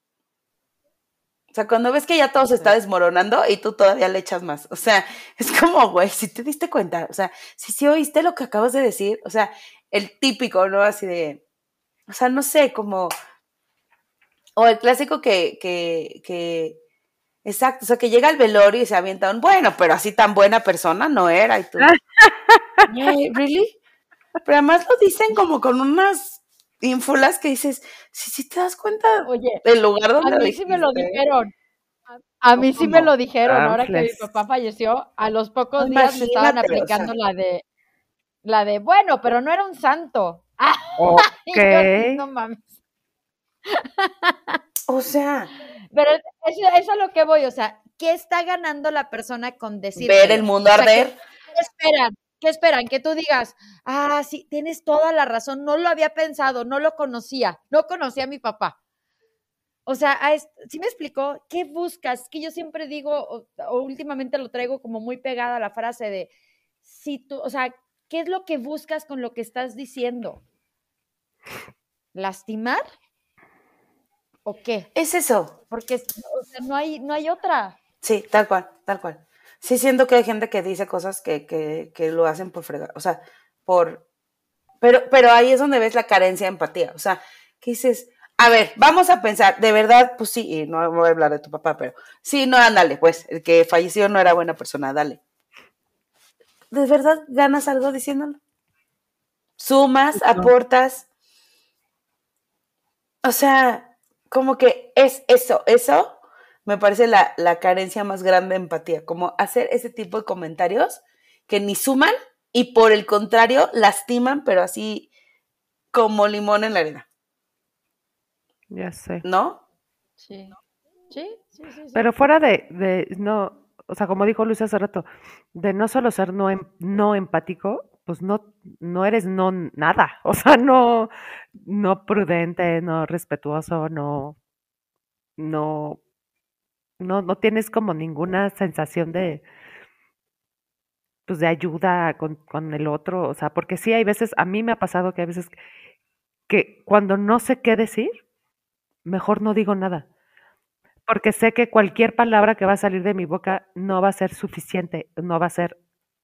O sea, cuando ves que ya todo se está desmoronando y tú todavía le echas más. O sea, es como, güey, si te diste cuenta, o sea, si oíste lo que acabas de decir, o sea, el típico, ¿no? Así de, o sea, no sé, como, o el clásico que exacto, o sea, que llega al velorio y se avienta un, bueno, pero así tan buena persona no era, y tú, ¿really? Pero además lo dicen como con unas ínfulas que dices, si te das cuenta Oye, del lugar a donde lo mí sí me lo dijiste. dijeron. A mí sí me ¿Cómo? lo dijeron. Ahora que mi Anfles. papá falleció, a los pocos días me estaban Imagínate, o aplicando sea, bueno, pero no era un santo. Ok. Y yo así, no mames. o sea, Pero eso es a lo que voy, o sea, ¿qué está ganando la persona con ver el decírmelo? mundo O sea, ¿qué arder. esperan? ¿Qué esperan? Que tú digas, sí, tienes toda la razón, no lo había pensado, no lo conocía, no conocía a mi papá. O sea, ¿sí me explicó? ¿Qué buscas? Que yo siempre digo, o últimamente lo traigo como muy pegada a la frase de, si tú, o sea, ¿qué es lo que buscas con lo que estás diciendo? ¿Lastimar o qué? Es eso. Porque, o sea, no hay otra. Sí, tal cual, tal cual. Sí siento que hay gente que dice cosas que lo hacen por fregar, o sea, por... Pero ahí es donde ves la carencia de empatía, o sea, que dices, a ver, vamos a pensar, de verdad, pues sí, y no voy a hablar de tu papá, pero sí, no, ándale, pues, el que falleció no era buena persona, dale. ¿De verdad ganas algo diciéndolo? Sumas, No. aportas, o sea, como que es eso me parece la carencia más grande de empatía, como hacer ese tipo de comentarios que ni suman y por el contrario lastiman, pero así como limón en la arena, Ya sé. ¿no? Sí, sí, sí, sí, Pero sí. fuera no, o sea, como dijo Luis hace rato, de no solo ser no empático, pues no eres no nada. O sea, no prudente, no respetuoso, no, no tienes como ninguna sensación pues de ayuda con el otro. O sea, porque sí hay veces, a mí me ha pasado que hay veces que cuando no sé qué decir, mejor no digo nada. Porque sé que cualquier palabra que va a salir de mi boca no va a ser suficiente, no va a ser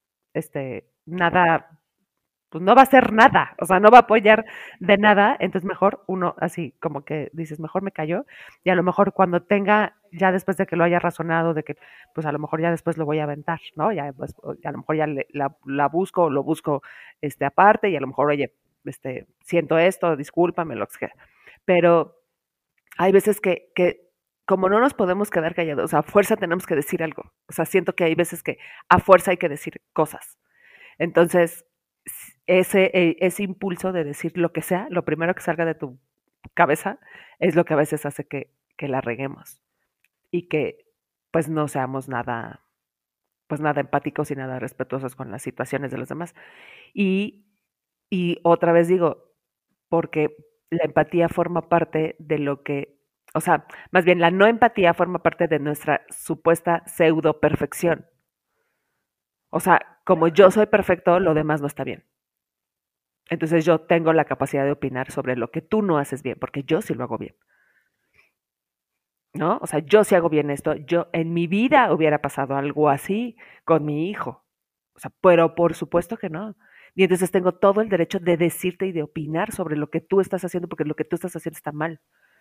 nada, pues no va a ser nada, o sea, no va a apoyar de nada, entonces mejor uno así como que dices, mejor me callo, y a lo mejor cuando tenga, ya después de que lo haya razonado, de que pues a lo mejor ya después lo voy a aventar, ¿no? Ya pues, a lo mejor ya la busco, lo busco aparte, y a lo mejor, oye, siento esto, discúlpame, lo que sea. Pero hay veces que como no nos podemos quedar callados, o sea, a fuerza tenemos que decir algo. O sea, siento que hay veces que a fuerza hay que decir cosas. Entonces, ese impulso de decir lo que sea, lo primero que salga de tu cabeza, es lo que a veces hace que la reguemos y que pues no seamos nada, pues nada empáticos y nada respetuosos con las situaciones de los demás. Y, y otra vez digo, porque la empatía forma parte de lo que, o sea, más bien la no empatía forma parte de nuestra supuesta pseudo perfección. O sea, como yo soy perfecto, lo demás no está bien. Entonces yo tengo la capacidad de opinar sobre lo que tú no haces bien, porque yo sí lo hago bien, ¿no? O sea, yo sí hago bien esto, yo en mi vida hubiera pasado algo así con mi hijo. O sea, pero por supuesto que no. Y entonces tengo todo el derecho de decirte y de opinar sobre lo que tú estás haciendo, porque lo que tú estás haciendo está mal,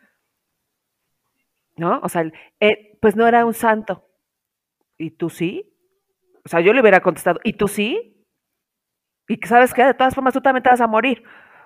¿no? O sea, pues no era un santo. ¿Y tú sí? O sea, yo le hubiera contestado, ¿y tú sí? ¿Y sabes qué? De todas formas, tú también te vas a morir.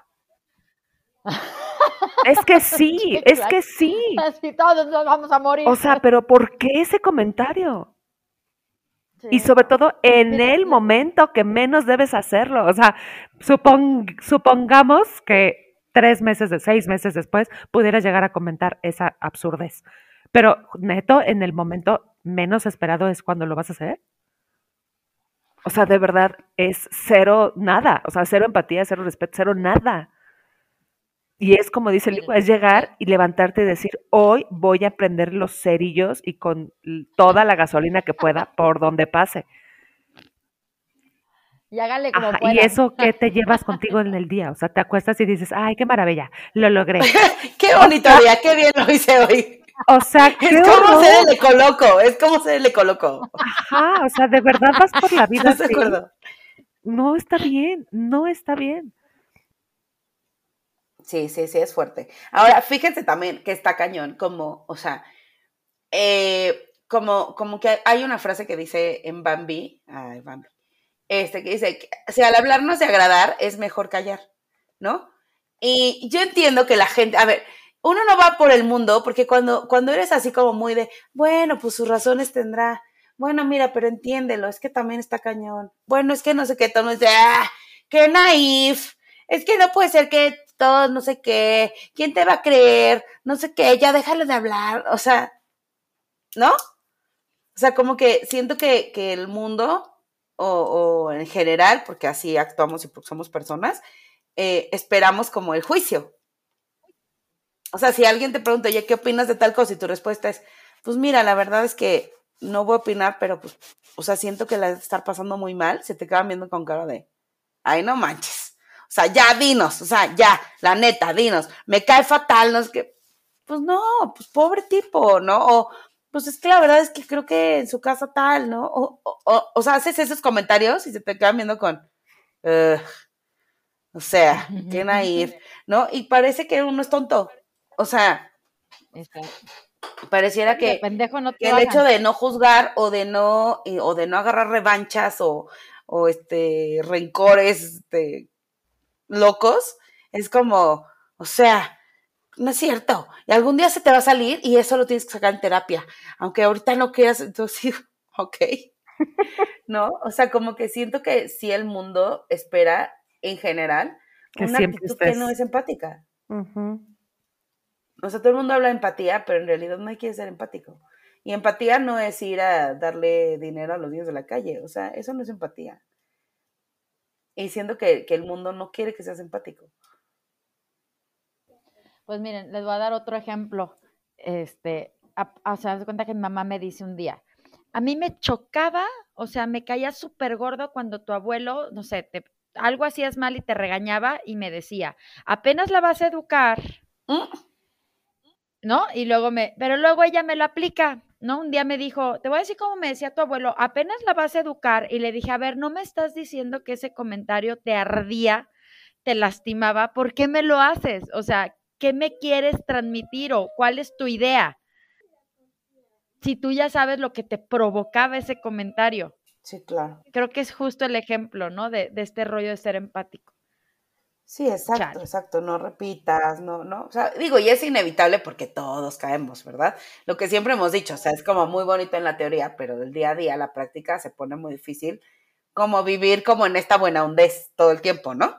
Es que sí, Sí, es claro. que sí. Así todos nos vamos a O morir. sea, pero ¿por qué ese comentario? Y Sí. sobre todo en Mira, el momento que menos debes hacerlo. O sea, supongamos que 3 meses, 6 meses después pudieras llegar a comentar esa absurdez. Pero neto, en el momento menos esperado es cuando lo vas a hacer. O sea, de verdad es cero nada. O sea, cero empatía, cero respeto, cero nada. Y es como dice el libro, miren, es llegar y levantarte y decir, hoy voy a prender los cerillos y con toda la gasolina que pueda por donde pase. y háganle como Ajá, y puedan. eso que te llevas contigo en el día, o sea, te acuestas y dices, ay, qué maravilla, lo logré. Qué O bonito sea, día, qué bien lo hice hoy. o sea, Es qué como ser horror. el ecoloco, es como ser el ecoloco. Ajá, o sea, de verdad vas por la vida ¿Estás de así. acuerdo? No está bien, no está bien. Sí, sí, sí, es fuerte. Ahora, fíjense también que está cañón, como, o sea, como que hay una frase que dice en Bambi, ay, Bambi, que dice, que si al hablarnos de agradar es mejor callar, ¿no? Y yo entiendo que la gente, a ver, uno no va por el mundo porque cuando eres así como muy de, bueno, pues sus razones tendrá, bueno, mira, pero entiéndelo, es que también está cañón, bueno, es que no sé qué, todo es de, qué naif, es que no puede ser que todos no sé qué, ¿quién te va a creer? No sé qué, ya déjalo de hablar, o sea, ¿no? O sea, como que siento que el mundo, o en general, porque así actuamos y porque somos personas, esperamos como el juicio. O sea, si alguien te pregunta, oye, ¿qué opinas de tal cosa? Y tu respuesta es, pues mira, la verdad es que no voy a opinar, pero pues, o sea, siento que la de estar pasando muy mal, se te quedan viendo con cara de, ay, no manches. O sea, ya dinos, o sea, ya, la neta, dinos, me cae fatal, no es que, pues no, pues pobre tipo, ¿no? O, pues es que la verdad es que creo que en su casa tal, ¿no? O sea, haces esos comentarios y se te quedan viendo con, "Ugh", o sea, qué naif, ¿no? Y parece que uno es tonto. O sea, Exacto. pareciera Sí, de pendejo no te que el hecho bajan. de no juzgar o de no agarrar revanchas o rencores locos, es como, o sea, no es cierto. Y algún día se te va a salir y eso lo tienes que sacar en terapia. Aunque ahorita no quieras, entonces sí, ok. ¿No? O sea, como que siento que sí el mundo espera, en general, Que una siempre actitud que no estés. es empática. Ujú. O sea, todo el mundo habla de empatía, pero en realidad no hay que ser empático. Y empatía no es ir a darle dinero a los niños de la calle. O sea, eso no es empatía. Y siento que el mundo no quiere que seas empático. Pues miren, les voy a dar otro ejemplo. O sea, haz de cuenta que mi mamá me dice un día, a mí me chocaba, o sea, me caía súper gordo cuando tu abuelo, no sé, algo hacías mal y te regañaba y me decía, apenas la vas a educar, ¿Mm? ¿no? Pero luego ella me lo aplica, ¿no? Un día me dijo, te voy a decir cómo me decía tu abuelo, apenas la vas a educar, y le dije, a ver, no me estás diciendo que ese comentario te ardía, te lastimaba, ¿por qué me lo haces? O sea, ¿qué me quieres transmitir o cuál es tu idea? Si tú ya sabes lo que te provocaba ese comentario. Sí, claro. Creo que es justo el ejemplo, ¿no? De este rollo de ser empático. Sí, exacto, Chale. exacto. No repitas, no, no. O sea, digo, y es inevitable porque todos caemos, ¿verdad? Lo que siempre hemos dicho, o sea, es como muy bonito en la teoría, pero del día a día, la práctica se pone muy difícil, como vivir como en esta buena hondez todo el tiempo, ¿no?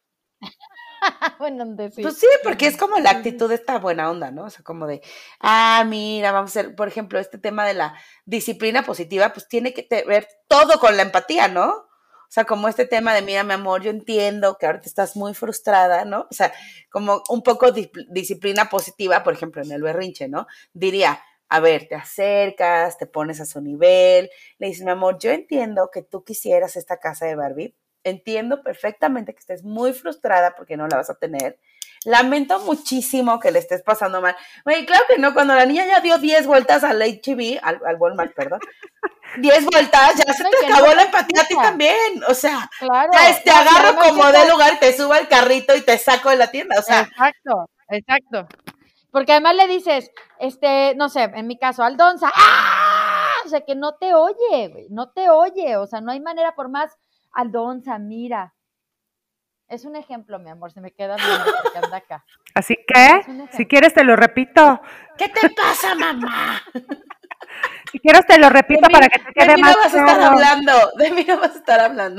Bueno, donde Pues sí. sí, porque es como la Sí, sí. actitud de esta buena onda, ¿no? O sea, como de, mira, vamos a hacer, por ejemplo, este tema de la disciplina positiva, pues tiene que ver todo con la empatía, ¿no? O sea, como este tema de, mira, mi amor, yo entiendo que ahorita estás muy frustrada, ¿no? O sea, como un poco disciplina positiva, por ejemplo, en el berrinche, ¿no? Diría, a ver, te acercas, te pones a su nivel, le dices, mi amor, yo entiendo que tú quisieras esta casa de Barbie, entiendo perfectamente que estés muy frustrada porque no la vas a tener. Lamento muchísimo que le estés pasando mal. Oye, claro que no, cuando la niña ya dio 10 vueltas al HB, al Walmart, perdón, 10 vueltas, ya se No, y te que no acabó la se empatía a ti escucha. también. O sea, Claro. te No, y agarro además como de lugar, te subo al carrito y te saco de la tienda. O sea, exacto, exacto. Porque además le dices, no sé, en mi caso, Aldonza, ¡ah! O sea, que no te oye, güey, no te oye. O sea, no hay manera por más, Aldonza, mira. Es un ejemplo, mi amor, se me queda viendo porque anda acá. Así que, Es un si ejemplo. quieres te lo repito. ¿qué te pasa, mamá? Si quieres te lo De repito mí, para que te de quede mí no más vas a estar claro. hablando, de mí no vas a estar hablando.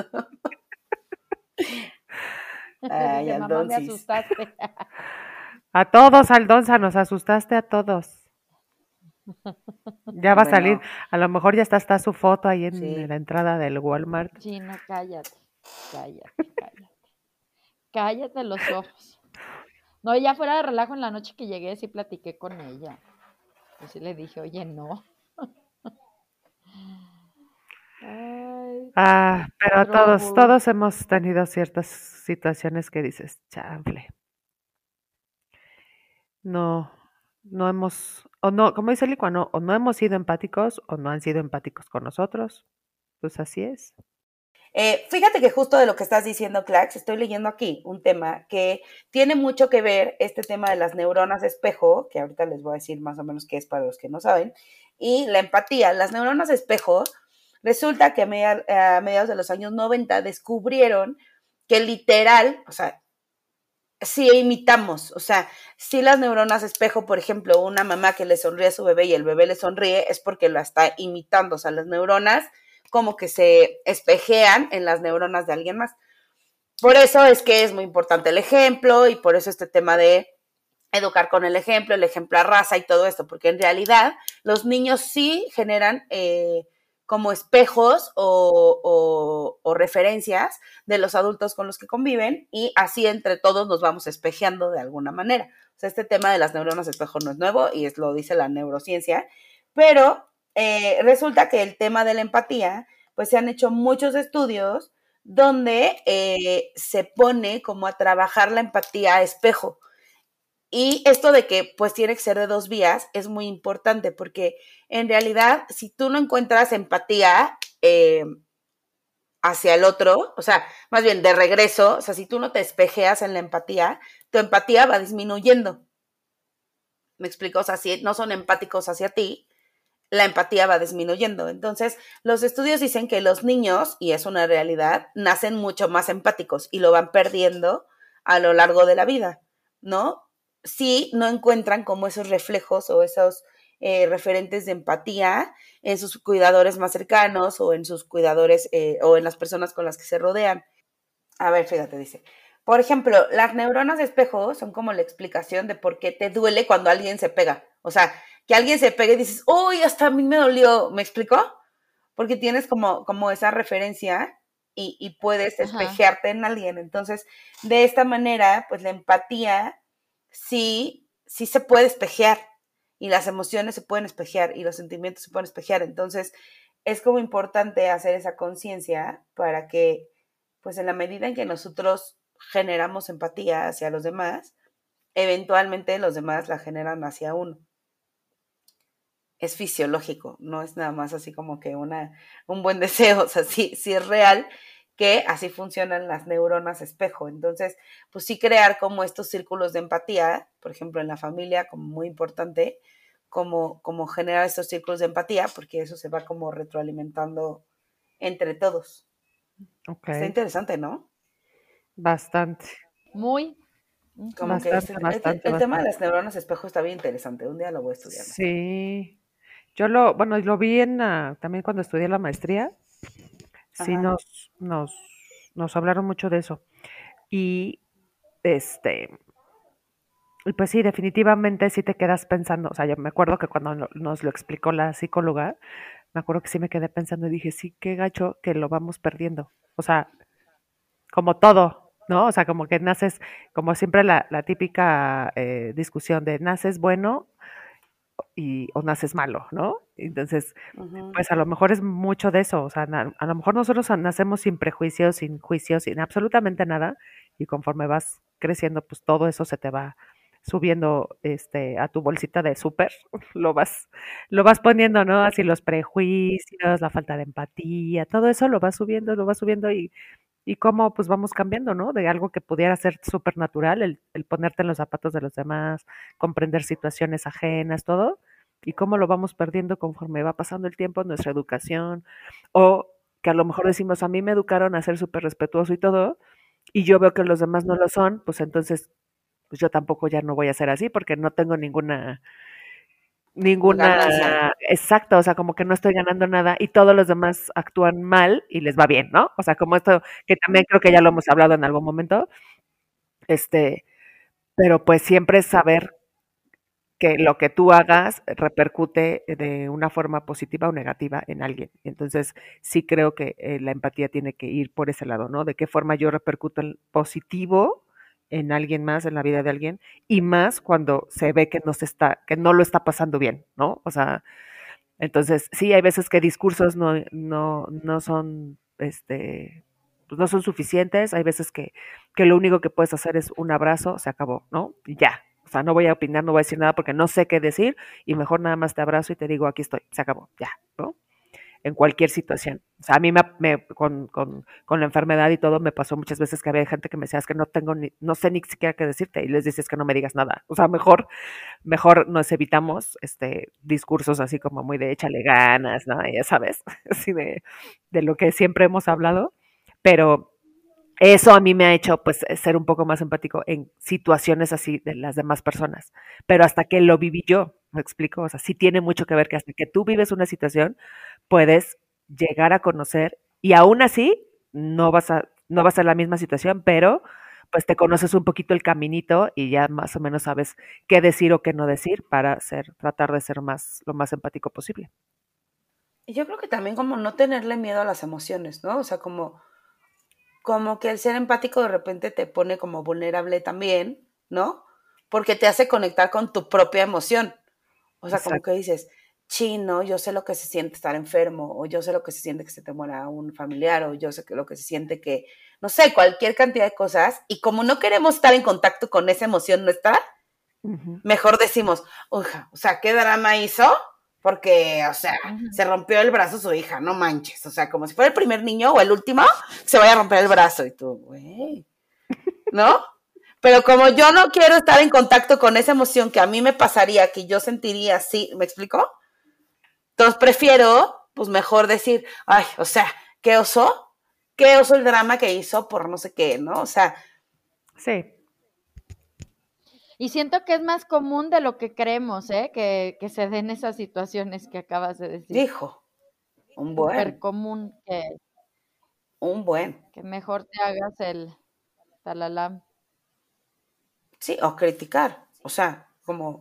Ay, Dice, mamá, me Aldoncis. asustaste. A todos, Aldonza, nos asustaste a todos. Ya va a salir, Bueno, a lo mejor ya está su foto ahí en sí. la entrada del Walmart. Sí, no, cállate, cállate, cállate. Cállate los ojos. No, ya fuera de relajo en la noche que llegué, sí platiqué con ella. Y sí le dije, oye, no. Ay, Pero trouble. todos hemos tenido ciertas situaciones que dices, chanfle, no, no hemos, o no, como dice Licua, no, o no hemos sido empáticos o no han sido empáticos con nosotros. Pues así es. Fíjate que justo de lo que estás diciendo, Clax, estoy leyendo aquí un tema que tiene mucho que ver, este tema de las neuronas espejo, que ahorita les voy a decir más o menos qué es para los que no saben, y la empatía. Las neuronas espejo, resulta que a mediados de los años 90 descubrieron que literal, o sea, si imitamos, o sea, si las neuronas espejo, por ejemplo, una mamá que le sonríe a su bebé y el bebé le sonríe, es porque lo está imitando, o sea, las neuronas como que se espejean en las neuronas de alguien más. Por eso es que es muy importante el ejemplo y por eso este tema de educar con el ejemplo arrasa y todo esto, porque en realidad los niños sí generan como espejos o referencias de los adultos con los que conviven y así entre todos nos vamos espejeando de alguna manera. O sea, este tema de las neuronas espejo no es nuevo y lo dice la neurociencia, pero resulta que el tema de la empatía, pues se han hecho muchos estudios donde se pone como a trabajar la empatía a espejo. Y esto de que pues tiene que ser de dos vías es muy importante porque en realidad si tú no encuentras empatía hacia el otro, o sea, más bien de regreso, o sea, si tú no te espejeas en la empatía, tu empatía va disminuyendo. ¿Me explico? O sea, si no son empáticos hacia ti, la empatía va disminuyendo. Entonces, los estudios dicen que los niños, y es una realidad, nacen mucho más empáticos y lo van perdiendo a lo largo de la vida, ¿no? Si no encuentran como esos reflejos o esos referentes de empatía en sus cuidadores más cercanos o en sus cuidadores o en las personas con las que se rodean. A ver, fíjate, dice. Por ejemplo, las neuronas de espejo son como la explicación de por qué te duele cuando alguien se pega. O sea, que alguien se pegue y dices, uy, hasta a mí me dolió. ¿Me explicó? Porque tienes como esa referencia y puedes espejearte en alguien. Entonces, de esta manera, pues la empatía sí se puede espejear y las emociones se pueden espejear y los sentimientos se pueden espejear. Entonces, es como importante hacer esa conciencia para que, pues en la medida en que nosotros generamos empatía hacia los demás, eventualmente los demás la generan hacia uno. Es fisiológico, no es nada más así como que un buen deseo, o sea, sí es real que así funcionan las neuronas espejo. Entonces, pues sí crear como estos círculos de empatía, por ejemplo, en la familia, como muy importante, como generar estos círculos de empatía, porque eso se va como retroalimentando entre todos. Ok, Está interesante, ¿no? bastante, Muy. Como que bastante, el tema de bastante. las neuronas espejo está bien interesante. Un día lo voy a estudiar mejor. Sí, bueno, lo vi también cuando estudié la maestría, sí Ajá. nos hablaron mucho de eso. Y este, y pues sí, definitivamente sí te quedas pensando, o sea, yo me acuerdo que cuando nos lo explicó la psicóloga, me acuerdo que sí me quedé pensando y dije, sí, qué gacho que lo vamos perdiendo. O sea, como todo, ¿no? O sea, como que naces, como siempre la típica discusión de naces bueno o naces malo, ¿no? Entonces, Uh-huh. pues a lo mejor es mucho de eso, o sea, a lo mejor nosotros nacemos sin prejuicios, sin juicios, sin absolutamente nada, y conforme vas creciendo, pues todo eso se te va subiendo a tu bolsita de súper, lo vas poniendo, ¿no? Así los prejuicios, la falta de empatía, todo eso lo vas subiendo y cómo pues vamos cambiando, ¿no? De algo que pudiera ser súper natural, el ponerte en los zapatos de los demás, comprender situaciones ajenas, todo, y cómo lo vamos perdiendo conforme va pasando el tiempo en nuestra educación, o que a lo mejor decimos, a mí me educaron a ser súper respetuoso y todo, y yo veo que los demás no lo son, pues entonces, pues yo tampoco ya no voy a ser así porque no tengo Ganancia. exacto, o sea, como que no estoy ganando nada y todos los demás actúan mal y les va bien, ¿no? O sea, como esto que también creo que ya lo hemos hablado en algún momento, este, pero pues siempre saber que lo que tú hagas repercute de una forma positiva o negativa en alguien. Entonces, sí creo que la empatía tiene que ir por ese lado, ¿no? De qué forma yo repercuto en positivo en alguien más, en la vida de alguien, y más cuando se ve que no lo está pasando bien, ¿no? O sea, entonces, sí, hay veces que discursos no son, pues no son suficientes, hay veces que lo único que puedes hacer es un abrazo, se acabó, ¿no? Y ya. O sea, no voy a opinar, no voy a decir nada porque no sé qué decir y mejor nada más te abrazo y te digo, aquí estoy, se acabó, ya, ¿no? En cualquier situación. O sea, a mí con la enfermedad y todo me pasó muchas veces que había gente que me decía, es que no sé ni siquiera qué decirte y les dices que no me digas nada. O sea, mejor nos evitamos discursos así como muy de échale ganas, ¿no? Ya sabes, así de lo que siempre hemos hablado, pero Eso a mí me ha hecho pues ser un poco más empático en situaciones así de las demás personas, pero hasta que lo viví yo, ¿me explico? O sea, sí tiene mucho que ver que hasta que tú vives una situación puedes llegar a conocer y aún así no va a ser la misma situación, pero pues te conoces un poquito el caminito y ya más o menos sabes qué decir o qué no decir para tratar de ser lo más empático posible. Y yo creo que también como no tenerle miedo a las emociones, ¿no? O sea, como que el ser empático de repente te pone como vulnerable también, ¿no? Porque te hace conectar con tu propia emoción. O sea, como Exacto. que dices, chino, yo sé lo que se siente estar enfermo, o yo sé lo que se siente que se te muera un familiar, o yo sé lo que se siente que, no sé, cualquier cantidad de cosas. Y como no queremos estar en contacto con esa emoción nuestra, Ujú. mejor decimos, uja, o sea, ¿qué drama hizo? Porque, o sea, Ujú. se rompió el brazo su hija, no manches. O sea, como si fuera el primer niño o el último, se vaya a romper el brazo. Y tú, güey, ¿no? Pero como yo no quiero estar en contacto con esa emoción que a mí me pasaría, que yo sentiría así, ¿me explico? Entonces prefiero, pues mejor decir, ay, o sea, qué oso el drama que hizo por no sé qué, ¿no? O sea, Sí, Y siento que es más común de lo que creemos, ¿eh? Que se den esas situaciones que acabas de decir. dijo, un Súper buen, común un buen. que mejor te hagas el talalám. Sí, o criticar, o sea,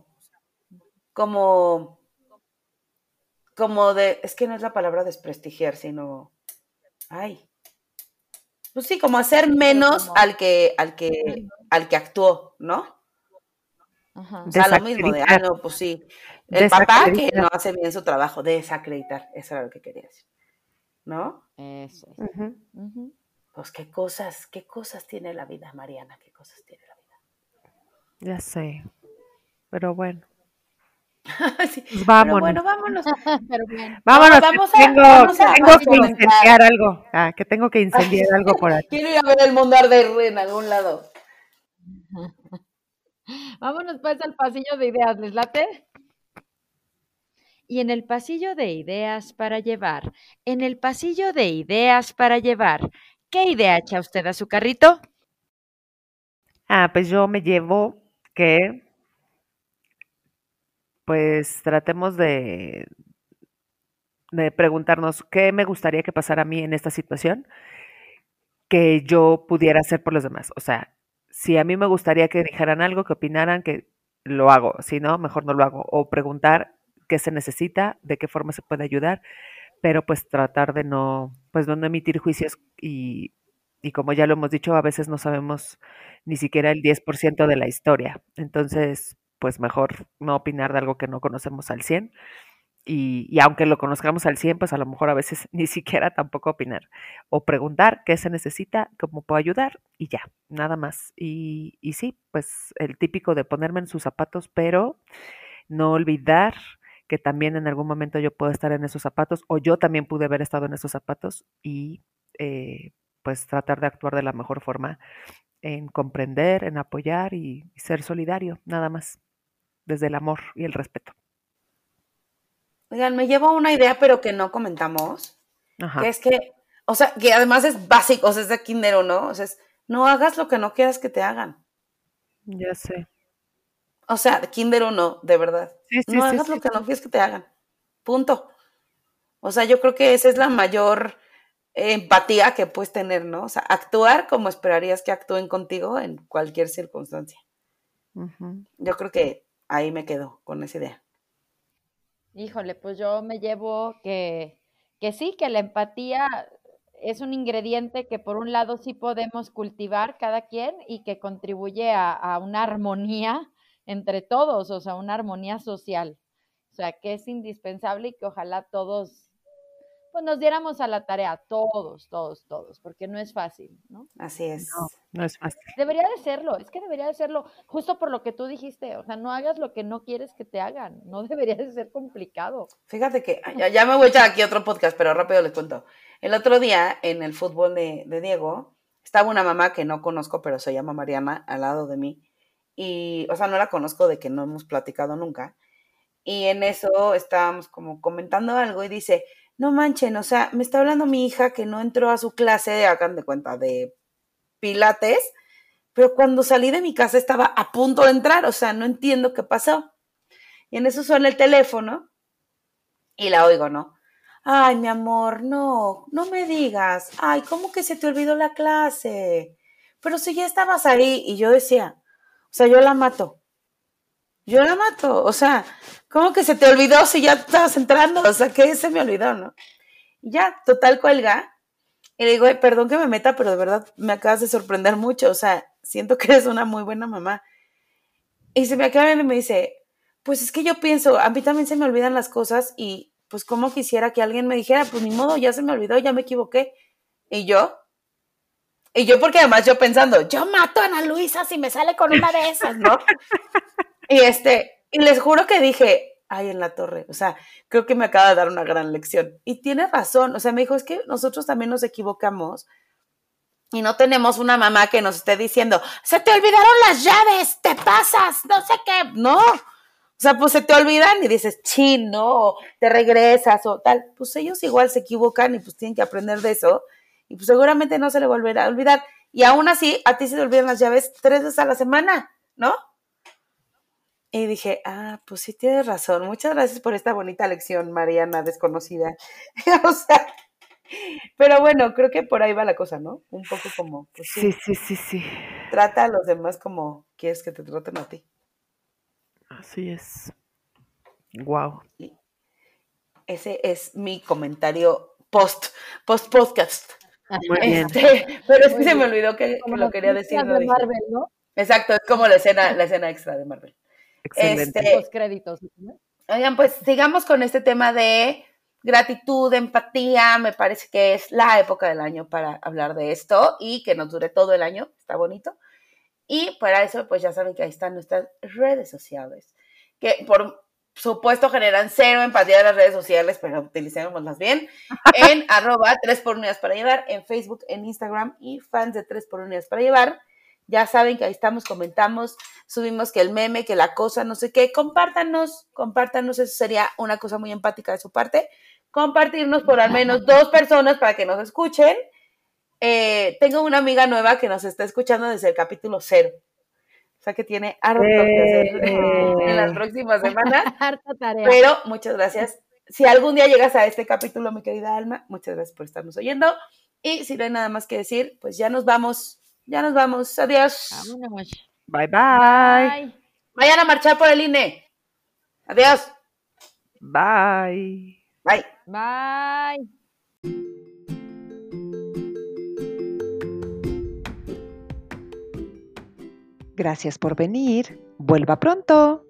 como, como de, es que no es la palabra desprestigiar, sino, ay, pues sí, como hacer Sí, pero menos como, al que actuó, ¿no? O ajá, sea, lo mismo de, ah, desacreditar, no, pues sí, el papá que desacreditar. no hace bien su trabajo, desacreditar, eso era lo que quería decir, ¿no? eso es. Ujú. Ujú. Pues qué cosas tiene la vida, Mariana, qué cosas tiene la Ya sé, pero bueno, vida. Sí, pues pero vámonos. bueno, vámonos. Pero bueno, Vámonos, que Vamos a, tengo vamos a que comentar. incendiar algo. Que tengo que incendiar algo por aquí. Quiero ir a ver el mundo arder en algún lado. vámonos pues al pasillo de ideas, ¿les late? Y en el pasillo de ideas para llevar, en el pasillo de ideas para llevar, ¿qué idea echa usted a su carrito? Pues yo me llevo que, pues tratemos de preguntarnos qué me gustaría que pasara a mí en esta situación que yo pudiera hacer por los demás. O sea, si a mí me gustaría que dijeran algo, que opinaran, que lo hago. Si no, mejor no lo hago. O preguntar qué se necesita, de qué forma se puede ayudar, pero pues tratar de no, pues no emitir juicios y como ya lo hemos dicho, a veces no sabemos ni siquiera el 10% de la historia. Entonces, pues mejor no opinar de algo que no conocemos al 100 y aunque lo conozcamos al 100 pues a lo mejor a veces ni siquiera tampoco opinar o preguntar qué se necesita, cómo puedo ayudar y ya, nada más. Y sí, pues el típico de ponerme en sus zapatos, pero no olvidar que también en algún momento yo puedo estar en esos zapatos o yo también pude haber estado en esos zapatos y pues tratar de actuar de la mejor forma en comprender, en apoyar y ser solidario, nada más, desde el amor y el respeto. Oigan, me llevo una idea, pero que no comentamos, que Ajá, es que, o sea, que además es básico, o sea, es de Kinder ¿no? O sea, es, no hagas lo que no quieras que te hagan. ya sé. O sea, Kinder no, de verdad. Sí, sí, No sí, hagas sí, lo que no sí. quieres que te hagan. Punto. O sea, yo creo que esa es la mayor empatía que puedes tener, ¿no? O sea, actuar como esperarías que actúen contigo en cualquier circunstancia. Ujú. Yo creo que ahí me quedo con esa idea. Híjole, pues yo me llevo que sí, que la empatía es un ingrediente que por un lado sí podemos cultivar cada quien y que contribuye a una armonía entre todos, o sea, una armonía social. O sea, que es indispensable y que ojalá todos, pues nos diéramos a la tarea, todos, todos, todos, porque no es fácil, ¿no? Así No, es. no es fácil. Debería de serlo, es que debería de serlo, justo por lo que tú dijiste, o sea, no hagas lo que no quieres que te hagan, no debería de ser complicado. Fíjate que ya me voy a echar aquí otro podcast, pero rápido les cuento. El otro día, en el fútbol de Diego, estaba una mamá que no conozco, pero se llama Mariana, al lado de mí. Y, o sea, no la conozco de que no hemos platicado nunca. Y en eso estábamos como comentando algo y dice, no manchen, o sea, me está hablando mi hija que no entró a su clase, hagan de cuenta, de pilates, pero cuando salí de mi casa estaba a punto de entrar, o sea, no entiendo qué pasó. Y en eso suena el teléfono y la oigo, ¿no? Ay, mi amor, no me digas. Ay, ¿cómo que se te olvidó la clase? Pero si ya estabas ahí. Y yo decía, o sea, yo la mato. O sea, ¿cómo que se te olvidó si ya estabas entrando? O sea, ¿qué se me olvidó, no? Y ya, total cuelga. Y le digo, "Ay, perdón que me meta, pero de verdad me acabas de sorprender mucho. O sea, siento que eres una muy buena mamá." Y se me acaba viendo y me dice, pues es que yo pienso, a mí también se me olvidan las cosas y pues como quisiera que alguien me dijera, pues ni modo, ya se me olvidó, ya me equivoqué. Y yo porque además yo pensando, yo mato a Ana Luisa si me sale con una de esas, ¿no? Y les juro que dije, ay, en la torre, o sea, creo que me acaba de dar una gran lección. Y tiene razón, o sea, me dijo, es que nosotros también nos equivocamos y no tenemos una mamá que nos esté diciendo, se te olvidaron las llaves, te pasas, no sé qué, no. O sea, pues se te olvidan y dices, chin, no, te regresas o tal. Pues ellos igual se equivocan y pues tienen que aprender de eso y pues seguramente no se le volverá a olvidar. Y aún así, a ti se te olvidan las llaves 3 veces a la semana, ¿no? Y dije, pues sí tienes razón. Muchas gracias por esta bonita lección, Mariana desconocida. O sea, pero bueno, creo que por ahí va la cosa, ¿no? Un poco como, pues sí, Sí. trata a los demás como quieres que te traten a ti. Así es. Wow. Y ese es mi comentario post-podcast. Muy bien. Pero es que Muy se me bien. olvidó que Como lo las quería decir, películas no de dije. Marvel, ¿no? Exacto, es como la escena extra de Marvel. Excelente. Los créditos, ¿no? Oigan, pues sigamos con este tema de gratitud, empatía. Me parece que es la época del año para hablar de esto y que nos dure todo el año. Está bonito. Y para eso, pues ya saben que ahí están nuestras redes sociales, que por supuesto generan cero empatía de las redes sociales, pero utilicémoslas bien. En @3xUnidas para llevar, en Facebook, en Instagram y fans de 3xUnidas para llevar. Ya saben que ahí estamos, comentamos, subimos que el meme, que la cosa, no sé qué. Compártanos, eso sería una cosa muy empática de su parte. Compartirnos por al menos 2 personas para que nos escuchen. Tengo una amiga nueva que nos está escuchando desde el capítulo 0. O sea que tiene harto que hacer en las próximas semanas. Harta tarea. Pero muchas gracias. Si algún día llegas a este capítulo, mi querida Alma, muchas gracias por estarnos oyendo. Y si no hay nada más que decir, pues ya nos vamos. Adiós. Vámonos. Bye. Vayan a marchar por el INE. Adiós. Bye. Bye. Bye. Gracias por venir. Vuelva pronto.